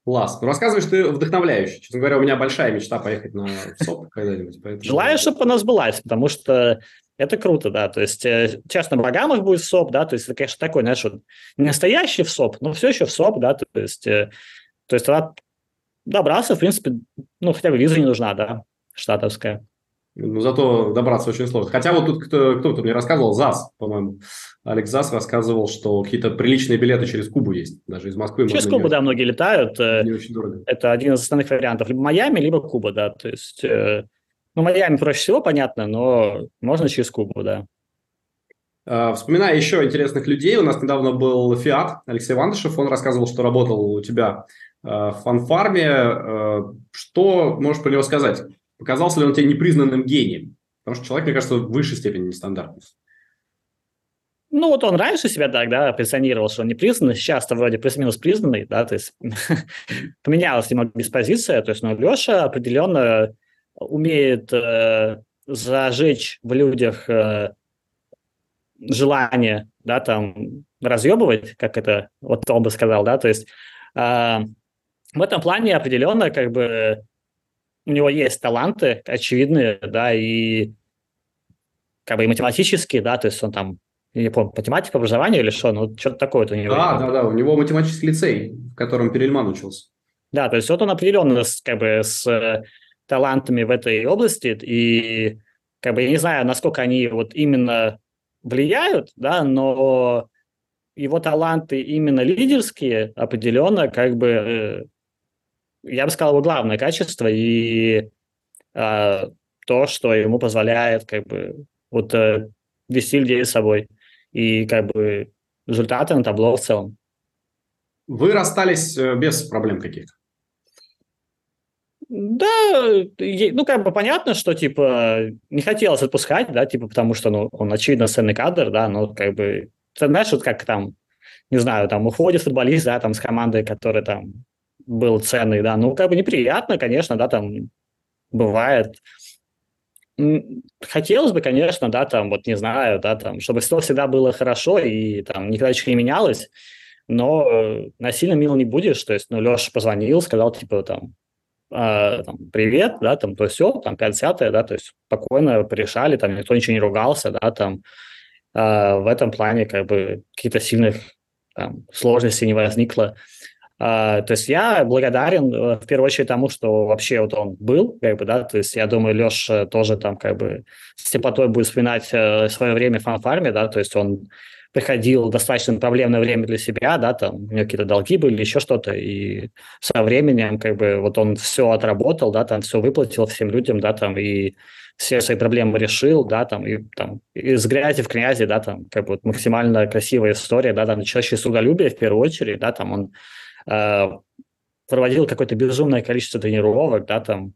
Класс. Ну, рассказываешь ты вдохновляюще. Честно говоря, у меня большая мечта поехать на СОП когда-нибудь. Поэтому... Желаю, чтобы она сбылась, потому что это круто, да, то есть часто Багамов будет в СОП, да, то есть это, конечно, такой, знаешь, вот не настоящий в СОП, но все еще в СОП, да, то есть тогда добраться, в принципе, ну, хотя бы виза не нужна, да, штатовская. Ну, зато добраться очень сложно. Хотя вот тут кто-то мне рассказывал, ЗАС, по-моему, Алекс ЗАС рассказывал, что какие-то приличные билеты через Кубу есть. Даже из Москвы Через можно Кубу, да, многие летают. не очень дорого. Это один из основных вариантов. Либо Майами, либо Куба, да, то есть, ну, Майами проще всего, понятно, но можно через Кубу, да. Вспоминая еще интересных людей, у нас недавно был Фиат, Алексей Вандышев, он рассказывал, что работал у тебя в фанфарме. Что можешь про него сказать? Показался ли он тебе непризнанным гением? Потому что человек, мне кажется, в высшей степени нестандартный. Ну, вот он раньше себя так, да, позиционировал, что он не признанный, сейчас-то вроде плюс-минус признанный, да, то есть поменялась немного диспозиция, то есть, ну, Леша определенно умеет зажечь в людях желание, да, там, разъебывать, как это вот он бы сказал, да, то есть в этом плане определенно, как бы, у него есть таланты очевидные, да, и как бы и математические, да, то есть он там, я не помню, математика по образованию или что, ну, что-то такое у него. Да, у него математический лицей, в котором Перельман учился. Да, то есть вот он определенно как бы с талантами в этой области, и как бы я не знаю, насколько они вот именно влияют, да, но его таланты именно лидерские определенно как бы, я бы сказал, его главное качество и то, что ему позволяет как бы вот вести людей с собой и как бы результаты на табло в целом. Вы расстались без проблем каких-то? Да, ну, как бы понятно, что, типа, не хотелось отпускать, да, типа, потому что, ну, он, очевидно, ценный кадр, да, но, как бы, ты знаешь, вот как там, не знаю, там, уходит футболист, да, там, с команды, который там был ценный, да, ну, как бы неприятно, конечно, да, там, бывает. Хотелось бы, конечно, да, там, вот, не знаю, да, там, чтобы все всегда было хорошо и, там, никогда ничего не менялось, но насильно мил не будешь, то есть, ну, Леша позвонил, сказал, типа, там, там, привет, да, там, то все, там, 5-10, да, то есть спокойно порешали, там, никто ничего не ругался, да, там, в этом плане, как бы, каких-то сильных там, сложностей не возникло. То есть я благодарен в первую очередь тому, что вообще вот он был, как бы, да, то есть я думаю, Леша тоже там как бы с теплотой будет вспоминать свое время в фанфарме, да, то есть он приходил в достаточно проблемное время для себя, да, там у него какие-то долги были, еще что-то, и со временем как бы вот он все отработал, да, там все выплатил всем людям, да, там и все свои проблемы решил, да, там, и там из грязи в князи, да, там как бы вот максимально красивая история, да, там началась с трудолюбия в первую очередь, да, там он проводил какое-то безумное количество тренировок, да, там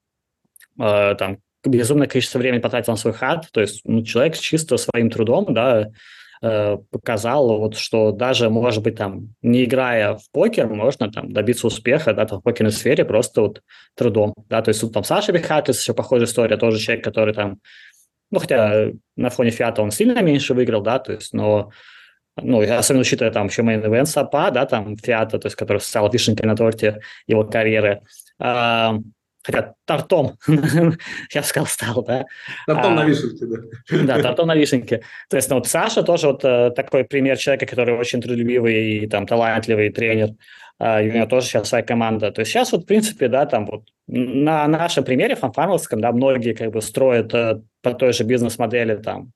безумное количество времени потратил на свой хат, то есть ну, человек чисто своим трудом, да, показал, вот, что даже, может быть, там, не играя в покер, можно там добиться успеха, да, там, в покерной сфере просто вот трудом, да, то есть тут там Саша Бехатлис, еще похожая история, тоже человек, который там, ну, хотя на фоне Фиата он сильно меньше выиграл, да, то есть, но ну, особенно учитывая там еще мейн-эвент САПа, да, там Фиата, то есть, который стал вишенкой на торте его карьеры. Хотя тортом, я бы сказал, стал, да. Тортом на вишенке, да. Да, тортом на вишенке. То есть, ну, вот Саша тоже вот такой пример человека, который очень трудолюбивый и там талантливый тренер. И у него тоже сейчас своя команда. То есть сейчас вот, в принципе, да, там вот на нашем примере фанфармовском, да, многие как бы строят по той же бизнес-модели там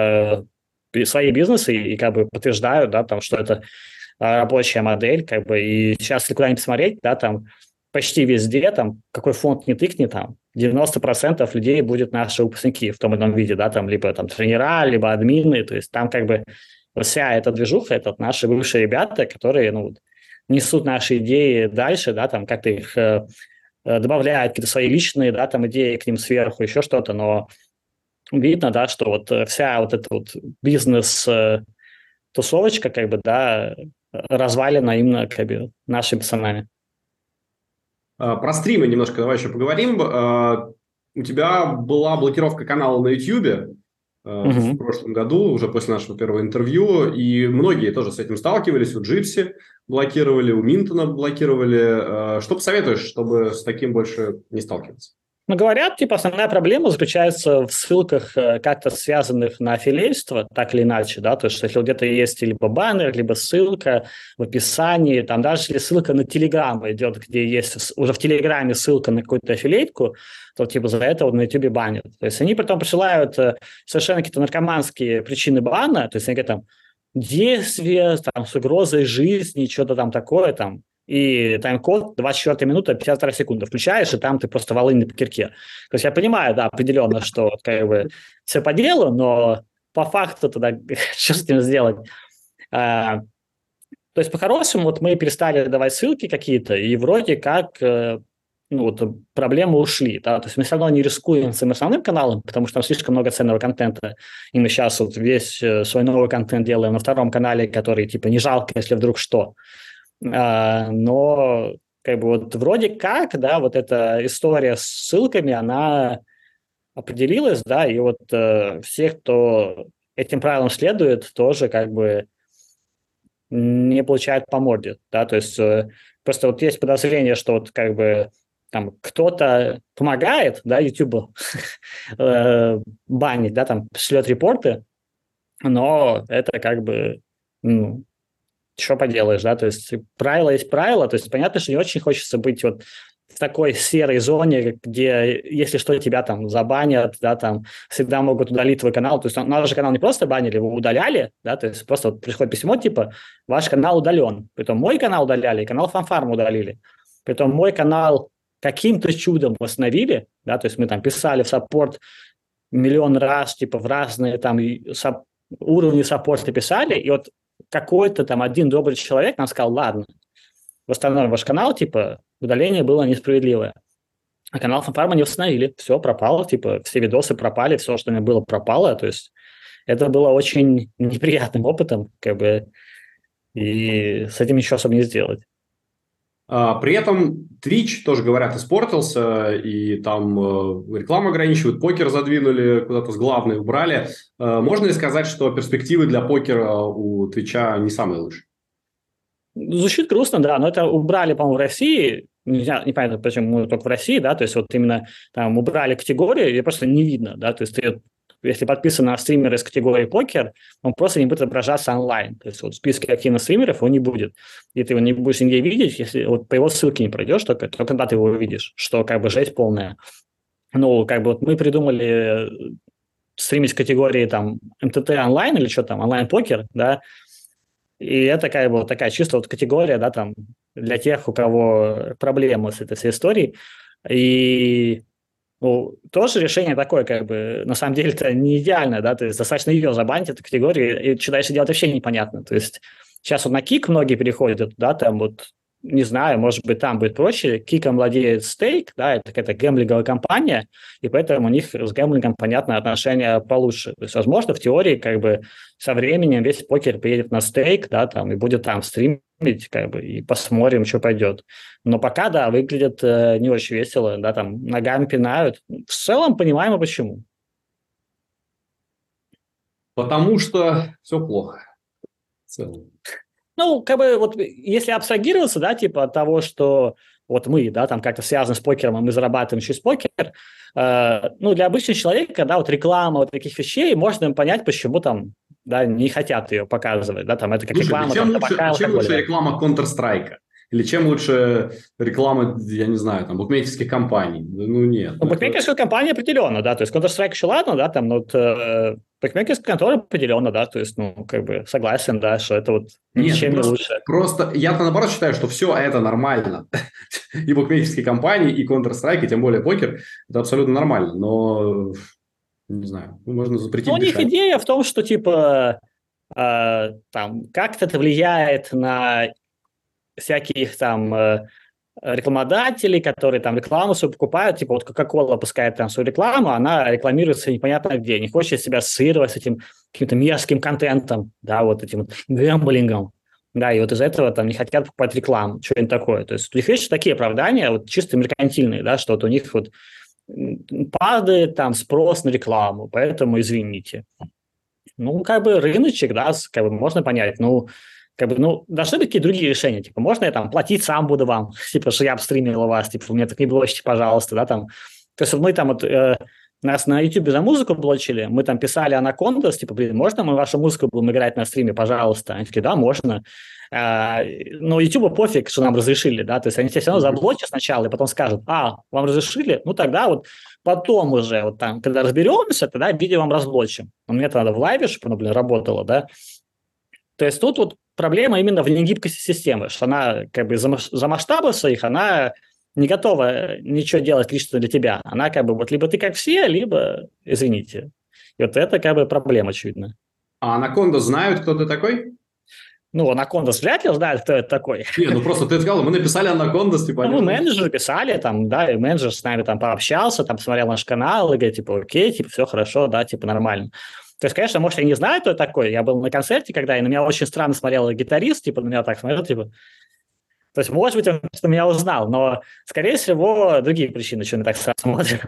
свои бизнесы и как бы подтверждают, да, там, что это рабочая модель, как бы, и сейчас, если куда-нибудь смотреть, да, там, почти везде, там, какой фонд не тыкни, там, 90% людей будет наши выпускники в том или ином виде, да, там, либо там тренера, либо админы, то есть там как бы вся эта движуха, это наши бывшие ребята, которые, ну, несут наши идеи дальше, да, там, как-то их добавляют какие-то свои личные, да, там, идеи к ним сверху, еще что-то, но видно, да, что вот вся вот эта вот бизнес-тусовочка, как бы, да, развалена именно, как бы, нашими пацанами. Про стримы немножко давай еще поговорим. У тебя была блокировка канала на YouTube. в прошлом году, уже после нашего первого интервью, и многие тоже с этим сталкивались. У Джипси блокировали, у Минтона блокировали. Что посоветуешь, чтобы с таким больше не сталкиваться? Ну, говорят, типа, основная проблема заключается в ссылках, как-то связанных на аффилейство, так или иначе, да, то есть если где-то есть либо баннер, либо ссылка в описании, там даже если ссылка на Телеграм идет, где есть уже в Телеграме ссылка на какую-то аффилейтку, то типа за это вот на Ютубе банят. То есть они потом присылают совершенно какие-то наркоманские причины бана, то есть они говорят там действие там, с угрозой жизни, что-то там такое там, и тайм-код 24 минута 52 секунда включаешь, и там ты просто волынь на кирке. То есть я понимаю, да, определенно, что как бы все по делу, но по факту тогда что с этим сделать? То есть по-хорошему вот мы перестали давать ссылки какие-то, и вроде как вот, проблемы ушли. Да? То есть мы все равно не рискуем своим основным каналом, потому что там слишком много ценного контента, и мы сейчас вот весь свой новый контент делаем на втором канале, который типа не жалко, если вдруг что. Но как бы вот вроде как, да, вот эта история с ссылками, она определилась, да, и вот все, кто этим правилам следует, тоже как бы не получают по морде, да, то есть просто вот есть подозрение, что вот как бы там кто-то помогает, да, YouTube банить, да, там шлет репорты, но это как бы, ну, что поделаешь, да, то есть правило есть правило, то есть понятно, что не очень хочется быть вот в такой серой зоне, где, если что, тебя там забанят, да, там всегда могут удалить твой канал, то есть наш же канал не просто банили, его удаляли, да, то есть просто вот приходит письмо, типа, ваш канал удален, притом мой канал удаляли, и канал Фанфарм удалили, притом мой канал каким-то чудом восстановили, да, то есть мы там писали в саппорт миллион раз, типа, в разные там уровни саппорта писали, и вот какой-то там один добрый человек нам сказал, ладно, восстановим ваш канал, типа, удаление было несправедливое. А канал Фанфарма не восстановили, все пропало, типа, все видосы пропали, все, что у меня было, пропало, то есть это было очень неприятным опытом, как бы, и с этим ничего особо не сделать. При этом Twitch, тоже говорят, испортился, и там рекламу ограничивают, покер задвинули, куда-то с главной убрали. Можно ли сказать, что перспективы для покера у Твича не самые лучшие? Звучит грустно, да, но это убрали, по-моему, в России, непонятно, почему только в России, да, то есть вот именно там убрали категорию, и просто не видно, да, то есть ты, если подписан на стримера из категории покер, он просто не будет отображаться онлайн, то есть вот в списке активных стримеров он не будет, и ты его не будешь нигде видеть, если вот по его ссылке не пройдешь, только когда ты его увидишь, что как бы жесть полная. Ну, как бы вот мы придумали стримить в категории там МТТ онлайн или что там, онлайн-покер, да, и это как бы вот такая чисто вот категория, да, там, для тех, у кого проблемы с этой всей историей. И ну, тоже решение такое, как бы, на самом деле, это не идеально, да, то есть достаточно ее забанить, эту категорию, и что дальше делать вообще непонятно. То есть сейчас вот на Кик многие переходят, да, там вот, не знаю, может быть, там будет проще. Киком владеет Стейк, да, это какая-то гэмблинговая компания, и поэтому у них с гэмблингом, понятно, отношения получше. То есть, возможно, в теории, как бы, со временем весь покер приедет на Стейк, да, там, и будет там стримить, как бы, и посмотрим, что пойдет. Но пока, да, выглядит не очень весело, да, там, ногами пинают. В целом, понимаемо, почему. Потому что все плохо. В целом. Ну, как бы вот если абстрагироваться, да, типа от того, что вот мы, да, там как-то связаны с покером, и мы зарабатываем через покер, ну, для обычного человека, да, вот реклама вот таких вещей, можно им понять, почему там, да, не хотят ее показывать, да, там это как реклама. Чем там, лучше реклама Counter-Strike? Или чем лучше реклама, я не знаю, там, букмекерских компаний? Ну, нет. Ну, букмекерская компания определенно, да, то есть Counter-Strike еще ладно, да, там, но вот букмекерская контора определенно, да, то есть, ну, как бы согласен, да, что это вот ничем не лучше. Просто я-то наоборот считаю, что все это нормально. И букмекерские компании, и Counter-Strike, и тем более покер, это абсолютно нормально, но, не знаю, можно запретить. Ну, у них идея в том, что, типа, там, как-то это влияет на всяких там рекламодателей, которые там рекламу свою покупают, типа вот Coca-Cola пускает там свою рекламу, она рекламируется непонятно где, не хочет себя ассоциировать с этим каким-то мерзким контентом, да, вот этим вот гэмблингом, да, и вот из-за этого там не хотят покупать рекламу, что-нибудь такое. То есть у них есть такие оправдания, вот чисто меркантильные, да, что вот у них вот падает там спрос на рекламу, поэтому извините. Ну, как бы рыночек, да, как бы можно понять, ну, как бы, ну, должны быть какие-то другие решения, типа, можно я там платить сам буду вам, типа, что я обстримил у вас, типа, у меня так не блочите, пожалуйста, да, там. То есть мы там вот, нас на YouTube за музыку блочили, мы там писали Анакондас, типа, блин, можно мы вашу музыку будем играть на стриме, пожалуйста? Они такие, да, можно. Но YouTube пофиг, что нам разрешили, да, то есть они тебя все равно заблочат сначала, и потом скажут, вам разрешили? Ну, тогда вот потом уже, вот там, когда разберемся, тогда видео вам разблочим. Но мне надо в лайве, чтобы оно, блин, работало, да. То есть тут вот проблема именно в негибкости системы, что она как бы за масштабы своих, она не готова ничего делать лично для тебя. Она как бы вот либо ты как все, либо извините. И вот это как бы проблема, очевидно. А Анаконда знают, кто ты такой? Ну, Анакондас вряд ли знает, кто это такой. Не, ну просто ты сказал, мы написали Анакондас, типа... Ну, мы менеджеры писали, там, да, и менеджер с нами там пообщался, там, смотрел наш канал и говорит, типа, окей, типа, все хорошо, да, типа, нормально. То есть, конечно, может, я не знаю, кто это такой. Я был на концерте, когда, и на меня очень странно смотрел гитарист, типа, на меня так смотрел, типа... То есть, может быть, он что меня узнал, но, скорее всего, другие причины, что он так сразу смотрит.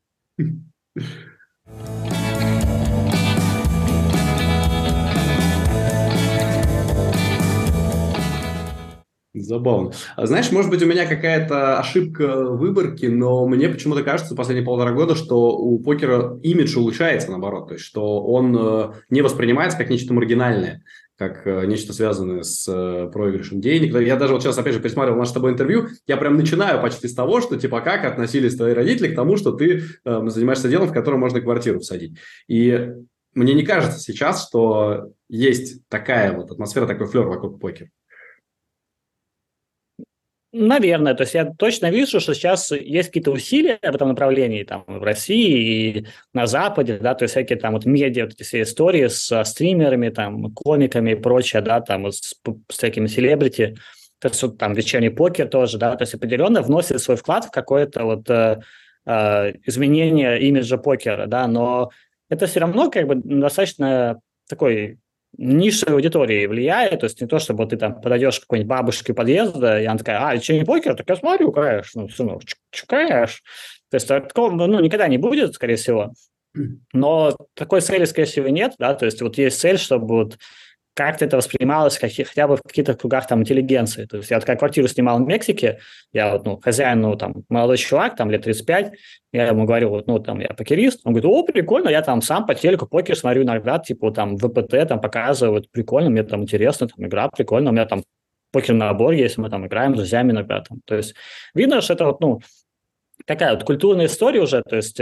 Забавно. А знаешь, может быть, у меня какая-то ошибка в выборке, но мне почему-то кажется последние 1,5 года, что у покера имидж улучшается, наоборот. То есть, что он не воспринимается как нечто маргинальное, как нечто связанное с проигрышем денег. Я даже вот сейчас, опять же, пересматривал наше с тобой интервью, я прям начинаю почти с того, что, типа, как относились твои родители к тому, что ты занимаешься делом, в котором можно квартиру всадить. И мне не кажется сейчас, что есть такая вот атмосфера, такой флер вокруг покера. Наверное, то есть я точно вижу, что сейчас есть какие-то усилия в этом направлении там в России и на Западе, да, то есть всякие там вот медиа, вот эти все истории с стримерами, там, комиками и прочее, да, там с всякими селебрити, то есть вот, там вечерний покер тоже, да, то есть определенно вносит свой вклад в какое-то вот изменение имиджа покера, да, но это все равно как бы достаточно такой нишевой аудитории влияет, то есть не то, чтобы ты там подойдешь к какой-нибудь бабушке подъезда, и она такая, вечерний покер, так я смотрю, конечно, ну, сынок, конечно. То есть такого, ну, никогда не будет, скорее всего, но такой цели, скорее всего, нет, да, то есть вот есть цель, чтобы вот как-то это воспринималось хотя бы в каких-то кругах там интеллигенции. То есть я вот как квартиру снимал в Мексике, я вот, ну, хозяин, ну, там, молодой чувак, там, лет 35, я ему говорю, вот, ну, там, я покерист, он говорит, о, прикольно, я там сам по телеку покер смотрю иногда, типа, там, ВПТ, там, показывают, прикольно, мне там интересно, там, игра прикольно, у меня там покерный набор есть, мы там играем с друзьями иногда, там, то есть видно, что это вот, ну, такая вот культурная история уже, то есть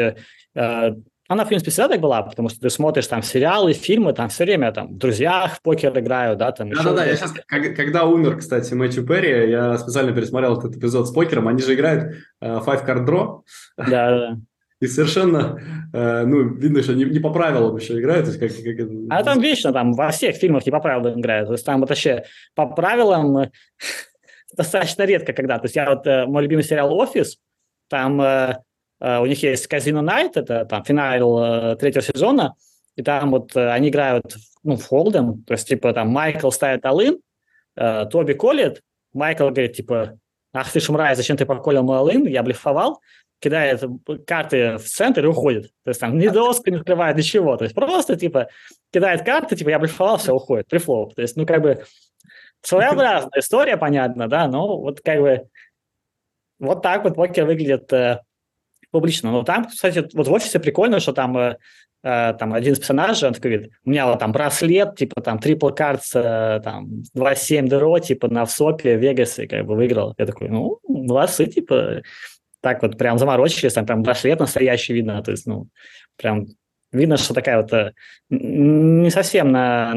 она, в принципе, всегда так была, потому что ты смотришь там сериалы, фильмы, там все время там в «Друзьях» в покер играют, да, там Да-да-да, я сейчас, когда умер, кстати, Мэтью Перри, я специально пересмотрел этот эпизод с покером, они же играют Five Card Draw. Да. И совершенно, ну, видно, что не по правилам еще играют. То есть А там вечно, там во всех фильмах не по правилам играют. То есть там вот вообще по правилам достаточно редко когда. То есть я вот, мой любимый сериал «Офис», там у них есть «Казино Найт», это там финал 3-го сезона, и там вот они играют, ну, в холдем, то есть типа там Майкл ставит all-in, Тоби колет, Майкл говорит типа, ах ты ж мразь, зачем ты поколил мой all-in, я блефовал, кидает карты в центр и уходит. То есть там ни доска не открывает, ничего. То есть просто типа кидает карты, типа я блефовал, все, уходит, прифлоп. То есть, ну, как бы своеобразная история, понятно, да, но вот как бы вот так вот покер выглядит публично. Но там, кстати, вот в «Офисе» прикольно, что там один из персонажей, он такой говорит, у меня вот там браслет, типа там трипл картс, там 2.7 дро, типа на всопе в Вегасе как бы выиграл. Я такой, ну, молодцы, типа, так вот прям заморочились, там прям браслет настоящий видно, то есть, ну, прям видно, что такая вот не совсем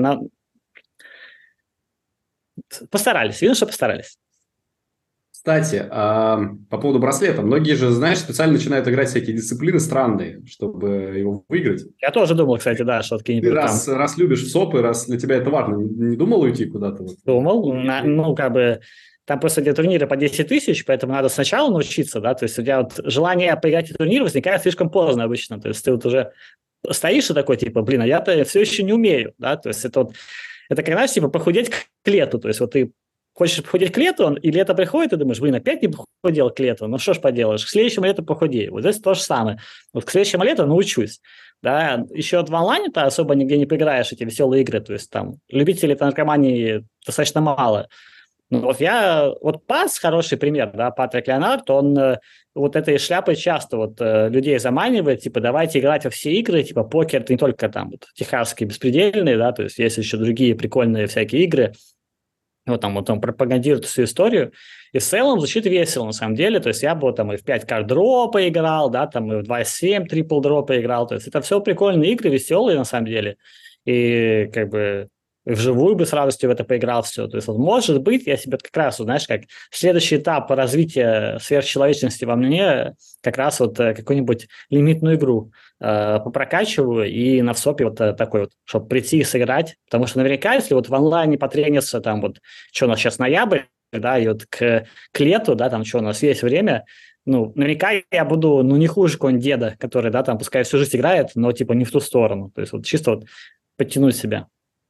постарались, видно, что постарались. Кстати, по поводу браслета. Многие же, знаешь, специально начинают играть всякие дисциплины странные, чтобы его выиграть. Я тоже думал, кстати, да, что какие-нибудь Ты раз любишь сопы, раз для тебя это важно, не думал уйти куда-то? Думал, ну, как бы, там просто эти турниры по 10 тысяч, поэтому надо сначала научиться, да, то есть у тебя вот желание поиграть в турнир возникает слишком поздно обычно, то есть ты вот уже стоишь и такой, типа, блин, а я-то все еще не умею, да, то есть это вот, это как, знаешь, типа, похудеть к лету, то есть вот ты хочешь похудеть к лету, и лето приходит, и думаешь, блин, опять не похудел к лету, ну что ж поделаешь, к следующему лету похудею. Вот здесь то же самое. Вот к следующему лету научусь. Да, еще в онлайне-то особо нигде не поиграешь эти веселые игры, то есть там любителей наркомании достаточно мало. Ну, вот Пас хороший пример, да, Патрик Леонард, он вот этой шляпой часто вот людей заманивает, типа, давайте играть во все игры, типа, покер, это не только там вот техасские беспредельные, да, то есть есть еще другие прикольные всякие игры, вот он пропагандирует всю историю, и в целом звучит весело, на самом деле, то есть я бы вот там и в 5 карт дропа играл, да, там и в 2.7 трипл дропа играл, то есть это все прикольные игры, веселые, на самом деле, и как бы вживую бы с радостью в это поиграл все. То есть, вот, может быть, я себе как раз, вот, знаешь, как следующий этап развития сверхчеловечности во мне, как раз вот какую-нибудь лимитную игру попрокачиваю и на всопе вот такой вот, чтобы прийти и сыграть. Потому что наверняка, если вот в онлайне потрениться, там вот, что у нас сейчас ноябрь, да, и вот к лету, да, там что у нас есть время, ну, наверняка я буду, ну, не хуже какого-нибудь деда, который, да, там, пускай всю жизнь играет, но, типа, не в ту сторону. То есть, вот чисто вот подтянуть себя.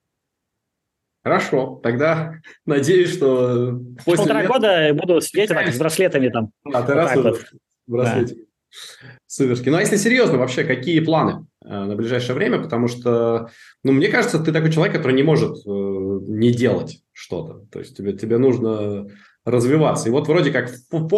Хорошо, тогда надеюсь, что после 1,5 года буду сидеть вот так, с браслетами там. А, ты Вот раз так уже вот. в браслете. Да. Суперски. Ну, а если серьезно, вообще, какие планы на ближайшее время? Потому что, ну, мне кажется, ты такой человек, который не может не делать что-то. То есть тебе нужно развиваться. И вот вроде как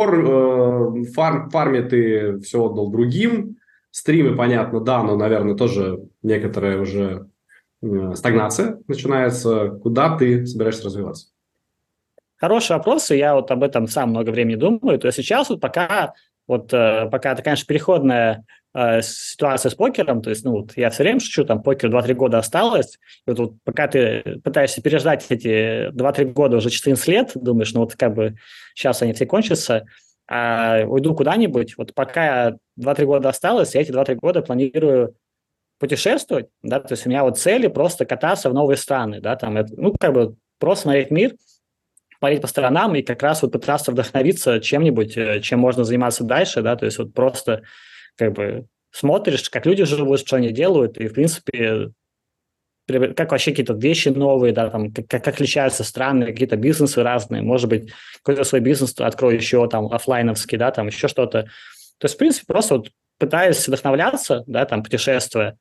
в фарме ты все отдал другим. Стримы, понятно, да, но, наверное, тоже некоторая уже стагнация начинается. Куда ты собираешься развиваться? Хороший вопрос, и я вот об этом сам много времени думаю. То есть сейчас вот пока это, конечно, переходная ситуация с покером, то есть, ну, вот я все время шучу, там, покер 2-3 года осталось, и вот пока ты пытаешься переждать эти 2-3 года, уже 14 лет, думаешь, ну, вот как бы сейчас они все кончатся, уйду куда-нибудь, вот пока 2-3 года осталось, я эти 2-3 года планирую путешествовать, да, то есть у меня вот цели просто кататься в новые страны, да, там, ну, как бы просто смотреть мир, смотреть по сторонам и как раз вот пытаться вдохновиться чем-нибудь, чем можно заниматься дальше, да, то есть вот просто как бы смотришь, как люди живут, что они делают, и, в принципе, как вообще какие-то вещи новые, да, там, как отличаются страны, какие-то бизнесы разные, может быть, какой-то свой бизнес открою еще там офлайновский, да, там еще что-то. То есть, в принципе, просто вот пытаюсь вдохновляться, да, там, путешествуя.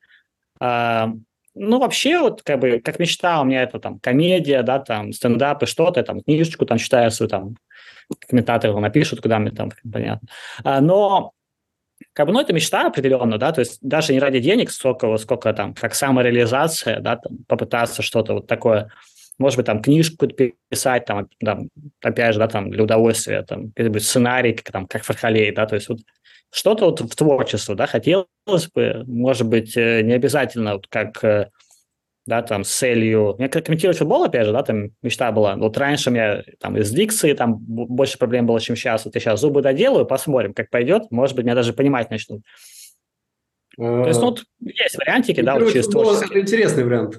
Ну, вообще, вот, как бы, как мечта у меня это там комедия, да, там, стендап и что-то, там, книжечку там читаю свою, там, комментаторы напишут, куда мне там, понятно. Но, как бы, ну, это мечта определенно, да, то есть даже не ради денег, сколько там, как самореализация, да, там, попытаться что-то вот такое, может быть, там, книжку писать, там, опять же, да, там, для удовольствия, там, какой-нибудь сценарий, как Фархалей, да, то есть вот что-то вот в творчество, да, хотелось бы, может быть, не обязательно вот как, да, там, с целью... Мне комментировать футбол, опять же, да, там мечта была. Вот раньше у меня там из дикции там больше проблем было, чем сейчас. Вот я сейчас зубы доделаю, посмотрим, как пойдет. Может быть, меня даже понимать начнут. То есть, ну, вот есть вариантики, да, вот через творчество. Это интересный вариант.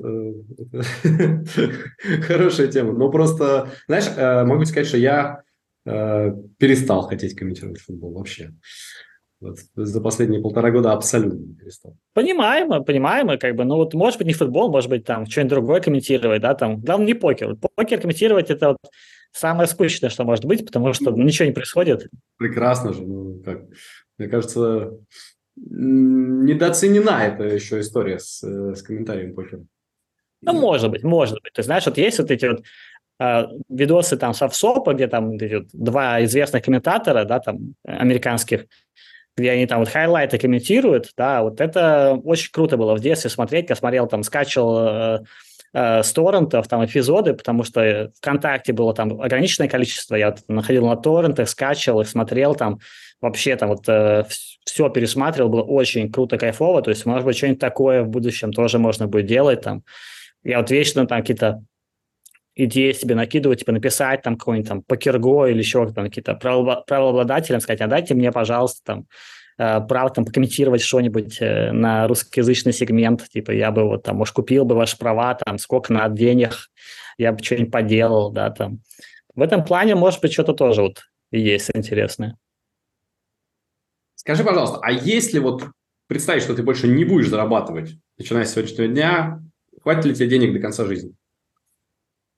Хорошая тема. Но просто, знаешь, могу сказать, что я перестал хотеть комментировать футбол вообще. Вот, за последние 1,5 года абсолютно не перестал. Понимаем, как бы, ну вот может быть не футбол, может быть там что-нибудь другое комментировать, да, там, главное не покер. Покер комментировать это вот самое скучное, что может быть, потому что ничего не происходит. Прекрасно же, ну как, мне кажется, недооценена эта еще история с комментарием покера. Ну, может быть. Ты знаешь, вот есть вот эти вот видосы там с офсопа, где там эти вот 2 известных комментатора, да, там, американских, где они там вот хайлайты комментируют, да, вот это очень круто было в детстве смотреть, я смотрел, там, скачивал с торрентов там эпизоды, потому что ВКонтакте было там ограниченное количество, я вот находил на торрентах, скачивал их, смотрел там, вообще там вот все пересматривал, было очень круто, кайфово, то есть, может быть, что-нибудь такое в будущем тоже можно будет делать там. Я вот вечно там какие-то идеи себе накидываю, типа написать там какой-нибудь там покерго или еще там какие-то правообладателям, сказать, а дайте мне, пожалуйста, там право там покомментировать что-нибудь на русскоязычный сегмент, типа я бы вот там, может, купил бы ваши права, там, сколько надо денег, я бы что-нибудь поделал, да, там. В этом плане, может быть, что-то тоже вот есть интересное. Скажи, пожалуйста, а если вот представить, что ты больше не будешь зарабатывать, начиная с сегодняшнего дня, хватит ли тебе денег до конца жизни?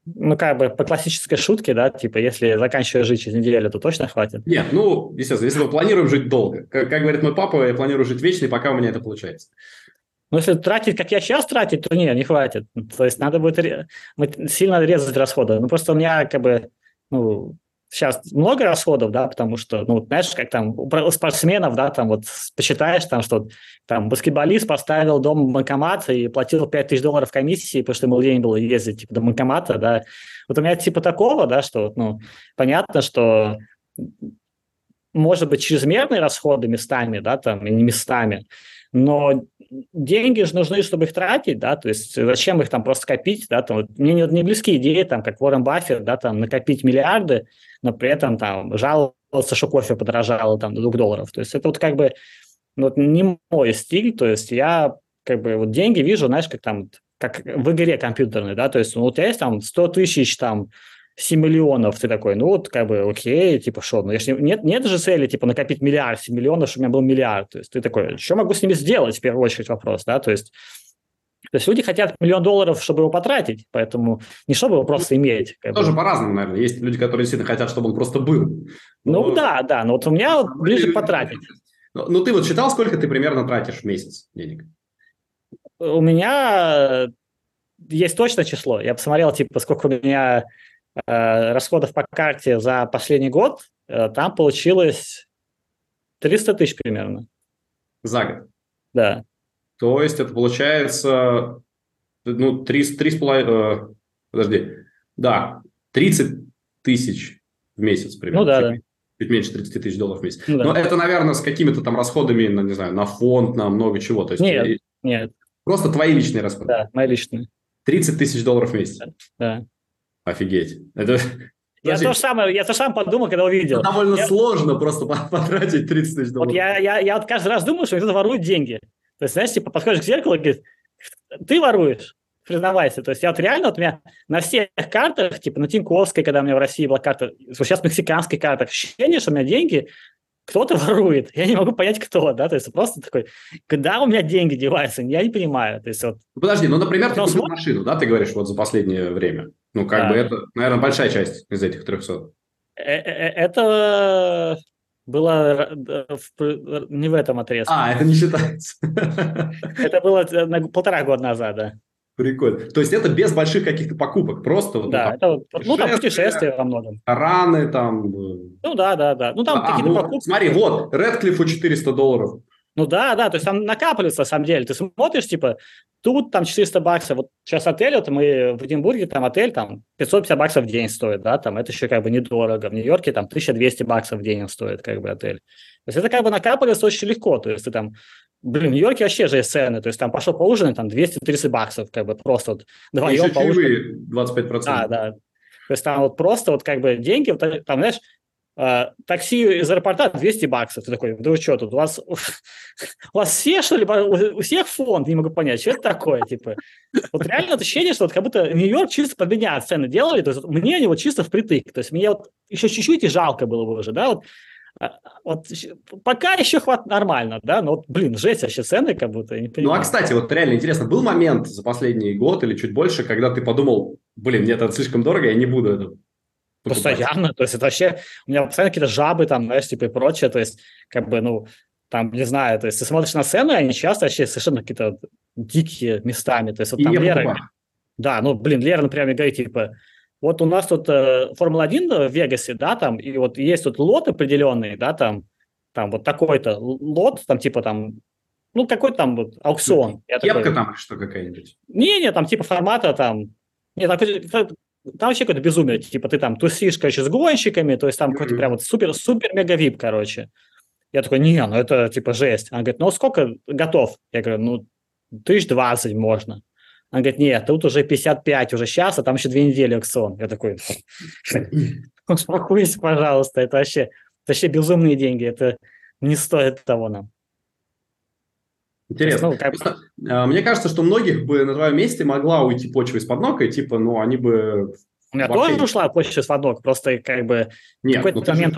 Ну, как бы по классической шутке, да, типа, если заканчиваешь жить через неделю, то точно хватит. Нет, ну, естественно, если мы планируем жить долго. Как говорит мой папа, я планирую жить вечно, и пока у меня это получается. Но если тратить, как я сейчас тратить, то не хватит. То есть надо будет сильно резать расходы. Ну, просто у меня как бы, ну, сейчас много расходов, да, потому что, ну, знаешь, как там у спортсменов, да, там вот посчитаешь, там, что там баскетболист поставил дома банкомат и платил $5000 комиссии, потому что ему лень было ездить типа, до банкомата, да. Вот у меня типа такого, да, что, ну, понятно, что может быть чрезмерные расходы местами, да, там, и не местами, но деньги же нужны, чтобы их тратить, да, то есть зачем их там просто копить, да, там, вот, мне не близки идеи, там, как Уоррен Баффет, да, там, накопить миллиарды, но при этом там жаловаться, что кофе подорожало там до $2. То есть это вот как бы ну, вот не мой стиль, то есть я как бы вот деньги вижу, знаешь, как там, как в игре компьютерной, да, то есть ну, у тебя есть там 100 тысяч, там, 7 миллионов, ты такой, ну вот как бы окей, типа что, ну нет же цели типа накопить миллиард, 7 миллионов, чтобы у меня был миллиард, то есть ты такой, что могу с ними сделать, в первую очередь вопрос, да, то есть люди хотят $1 миллион, чтобы его потратить, поэтому не чтобы его просто иметь. Тоже по-разному, наверное. Есть люди, которые действительно хотят, чтобы он просто был. Ну да, но вот у меня вот ближе потратить. Ну ты вот считал, сколько ты примерно тратишь в месяц денег? У меня есть точное число. Я посмотрел, типа, сколько у меня расходов по карте за последний год. Там получилось 300 тысяч примерно. За год? Да. То есть это получается, ну, 3,5, подожди, да, 30 тысяч в месяц примерно. Ну да. Чуть меньше $30 000 в месяц. Ну, Но да. это, наверное, с какими-то там расходами, не знаю, на фонд, на много чего. То есть нет. Просто твои личные расходы. Да, мои личные. $30 000 в месяц. Да. Офигеть. Это... Я то же самое подумал, когда увидел. Это довольно сложно просто потратить $30 000. Вот я вот каждый раз думаю, что кто-то ворует деньги. То есть, знаешь, типа подходишь к зеркалу и говоришь, ты воруешь, признавайся. То есть я вот реально, вот у меня на всех картах, типа на Тиньковской, когда у меня в России была карта, сейчас мексиканской карта, ощущение, что у меня деньги кто-то ворует. Я не могу понять, кто, да, то есть просто такой, куда у меня деньги деваются, я не понимаю. То есть вот... Подожди, ну, например, ты купил машину, да, ты говоришь, вот за последнее время. Ну, как бы это, наверное, большая часть из этих 300. Это было не в этом отрезке. Это не считается. Это было 1,5 года назад, да. Прикольно. То есть это без больших каких-то покупок, просто вот да, это там путешествия во многом. Раны там. Ну да. Ну там какие-то покупки. Смотри, вот, Редклиффу $400. Ну да, то есть там накапливается на самом деле. Ты смотришь, типа, тут там $400. Вот сейчас отель, вот мы в Эдинбурге, там отель, там $550 в день стоит, да, там это еще как бы недорого. В Нью-Йорке там $1200 в день стоит как бы отель. То есть это как бы накапливается очень легко. То есть ты там, в Нью-Йорке вообще же есть цены. То есть там пошел поужинать, там $230, как бы просто вот вдвоем поужинать. 25%. Да. То есть там вот просто вот как бы деньги, вот, там, знаешь, такси из аэропорта $200. Ты такой, да вы что тут, у вас все, что ли, у всех фонд, не могу понять, что это такое, типа. Вот реально ощущение, что вот как будто Нью-Йорк чисто под меня цены делали, то есть вот мне они вот чисто впритык, то есть мне вот еще чуть-чуть и жалко было бы уже, да, вот пока еще хватит нормально, да, но вот, блин, жесть вообще цены как будто, я не понимаю. Ну, кстати, вот реально интересно, был момент за последний год или чуть больше, когда ты подумал, блин, нет, это слишком дорого, я не буду это покупать. Постоянно, то есть это вообще, у меня постоянно какие-то жабы там, знаешь, типа и прочее, то есть как бы, ну, там, не знаю, то есть ты смотришь на цены, они часто вообще совершенно какие-то дикие местами, то есть вот там Лера, да, ну, блин, Лера, например, мне говорит, типа, вот у нас тут Формула-1 в Вегасе, да, там, и вот есть тут лот определенный, да, там вот такой-то лот, там, типа, там, ну, какой-то там вот аукцион. Кепка такой, там что какая-нибудь? Не, там, типа, формата там, не, там вообще какое-то безумие, типа, ты там тусишь, короче, с гонщиками, то есть там какой-то прям вот супер-мега-вип, короче. Я такой, ну, это, типа, жесть. Она говорит, ну, сколько готов? Я говорю, ну, 20 можно. Она говорит, нет, тут уже 55 уже сейчас, а там еще 2 недели аукцион. Я такой, успокойся, пожалуйста, это вообще безумные деньги, это не стоит того нам. Интересно. Мне кажется, что многих бы на твоем месте могла уйти почва из-под ног, и типа, ну, они бы... У меня тоже ушла почва из-под ног, просто как бы в какой-то момент...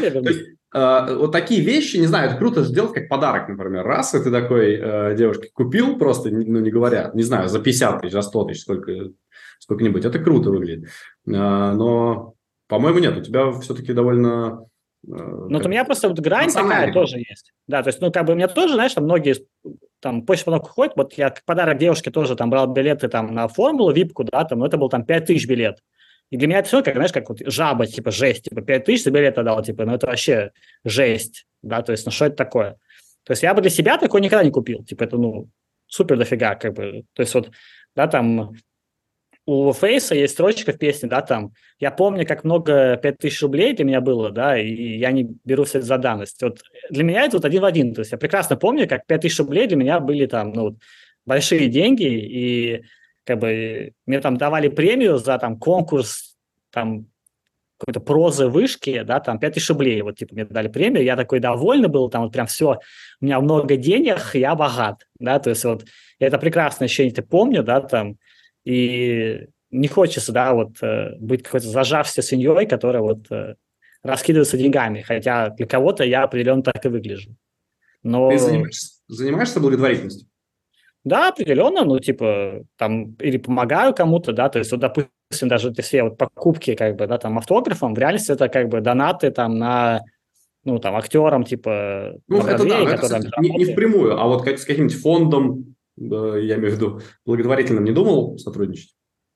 вот такие вещи, не знаю, это круто сделать как подарок, например. Раз, и ты такой девушке купил просто, ну, не говоря, не знаю, за 50 тысяч, за 100 тысяч, сколько сколько-нибудь. Это круто выглядит. Но, по-моему, нет, у тебя все-таки довольно... Ну, вот у меня просто вот грань такая тоже есть. Да, то есть, ну, как бы у меня тоже, знаешь, там многие там почта потом ходят, вот я как подарок девушке тоже там брал билеты там на формулу, випку, да, там, ну, это был там 5000 билет. И для меня это все, как, знаешь, как вот жаба, типа, жесть, типа, 5000 за билет отдал, типа, ну, это вообще жесть, да, то есть, ну, что это такое? То есть я бы для себя такой никогда не купил, типа, это, ну, супер дофига, как бы, то есть вот, да, там, у Фейса есть строчка в песне, да, там, я помню, как много 5000 рублей для меня было, да, и я не беру все это за данность. Вот для меня это вот один в один, то есть я прекрасно помню, как 5000 рублей для меня были там, ну, большие деньги, и как бы мне там давали премию за там конкурс, там, какой-то прозы вышки, да, там 5000 рублей, вот, типа, мне дали премию, я такой довольный был, там, вот прям все, у меня много денег, я богат, да, то есть вот это прекрасное ощущение, ты помню, да, там, и не хочется, да, вот быть какой-то зажавшейся свиньей, которая вот раскидывается деньгами, хотя для кого-то я определенно так и выгляжу. Но... Ты занимаешься благотворительностью? Да, определенно, ну, типа, там, или помогаю кому-то, да, то есть, вот, допустим, даже эти все вот покупки, как бы, да, там, автографом, в реальности это, как бы, донаты, там, на, ну, там, актерам, типа, Ну, на это да, Бродвее, это, которые кстати, там не впрямую, а вот с каким-нибудь фондом, я имею в виду, благотворительным не думал сотрудничать?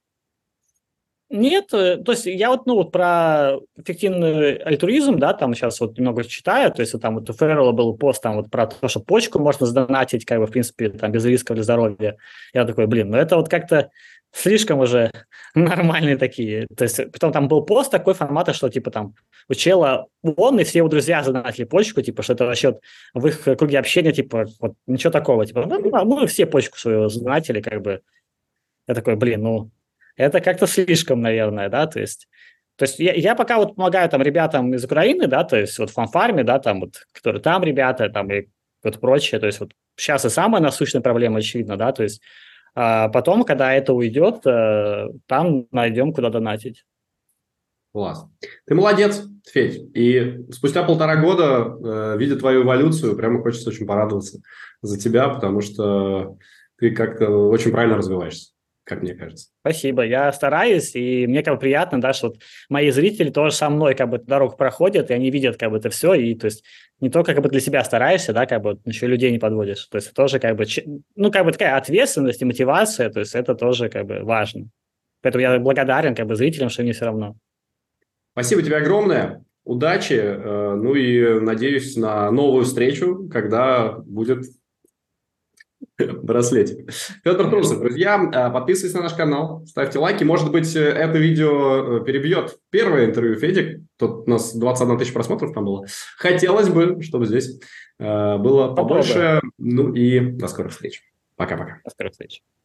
Нет, то есть я вот, ну, вот про эффективный альтруизм, да, там сейчас вот немного читаю, то есть вот там вот у Феррелла был пост там вот про то, что почку можно сдонатить, как бы, в принципе, там без риска для здоровья. Я такой, блин, ну это вот как-то слишком уже нормальные такие. То есть потом там был пост такой формата, что типа там у чела он и все его друзья задонатили почку, типа, что это вообще вот в их круге общения, типа, вот ничего такого, типа, ну, мы все почку свою задонатили, как бы. Я такой, блин, ну, это как-то слишком, наверное, да, то есть я пока вот помогаю там ребятам из Украины, да, то есть вот в фанфарме, да, там вот, которые там ребята, там и вот прочее, то есть вот сейчас и самая насущная проблема, очевидно, да, то есть потом, когда это уйдет, там найдем, куда донатить. Класс. Ты молодец, Федь. И спустя 1,5 года, видя твою эволюцию, прямо хочется очень порадоваться за тебя, потому что ты как-то очень правильно развиваешься, как мне кажется. Спасибо, я стараюсь, и мне как бы приятно, да, что вот мои зрители тоже со мной как бы эту дорогу проходят, и они видят как бы это все, и то есть не только как бы для себя стараешься, да, как бы еще и людей не подводишь, то есть тоже как бы, ну, как бы такая ответственность и мотивация, то есть это тоже как бы важно. Поэтому я благодарен как бы зрителям, что мне все равно. Спасибо тебе огромное. Удачи. Ну и надеюсь на новую встречу, когда будет браслетик. Петр Трусов, друзья, подписывайтесь на наш канал, ставьте лайки. Может быть, это видео перебьет первое интервью Феди. Тут у нас 21 тысяч просмотров там было. Хотелось бы, чтобы здесь было побольше. Ну и до скорых встреч. Пока-пока. До скорых встреч.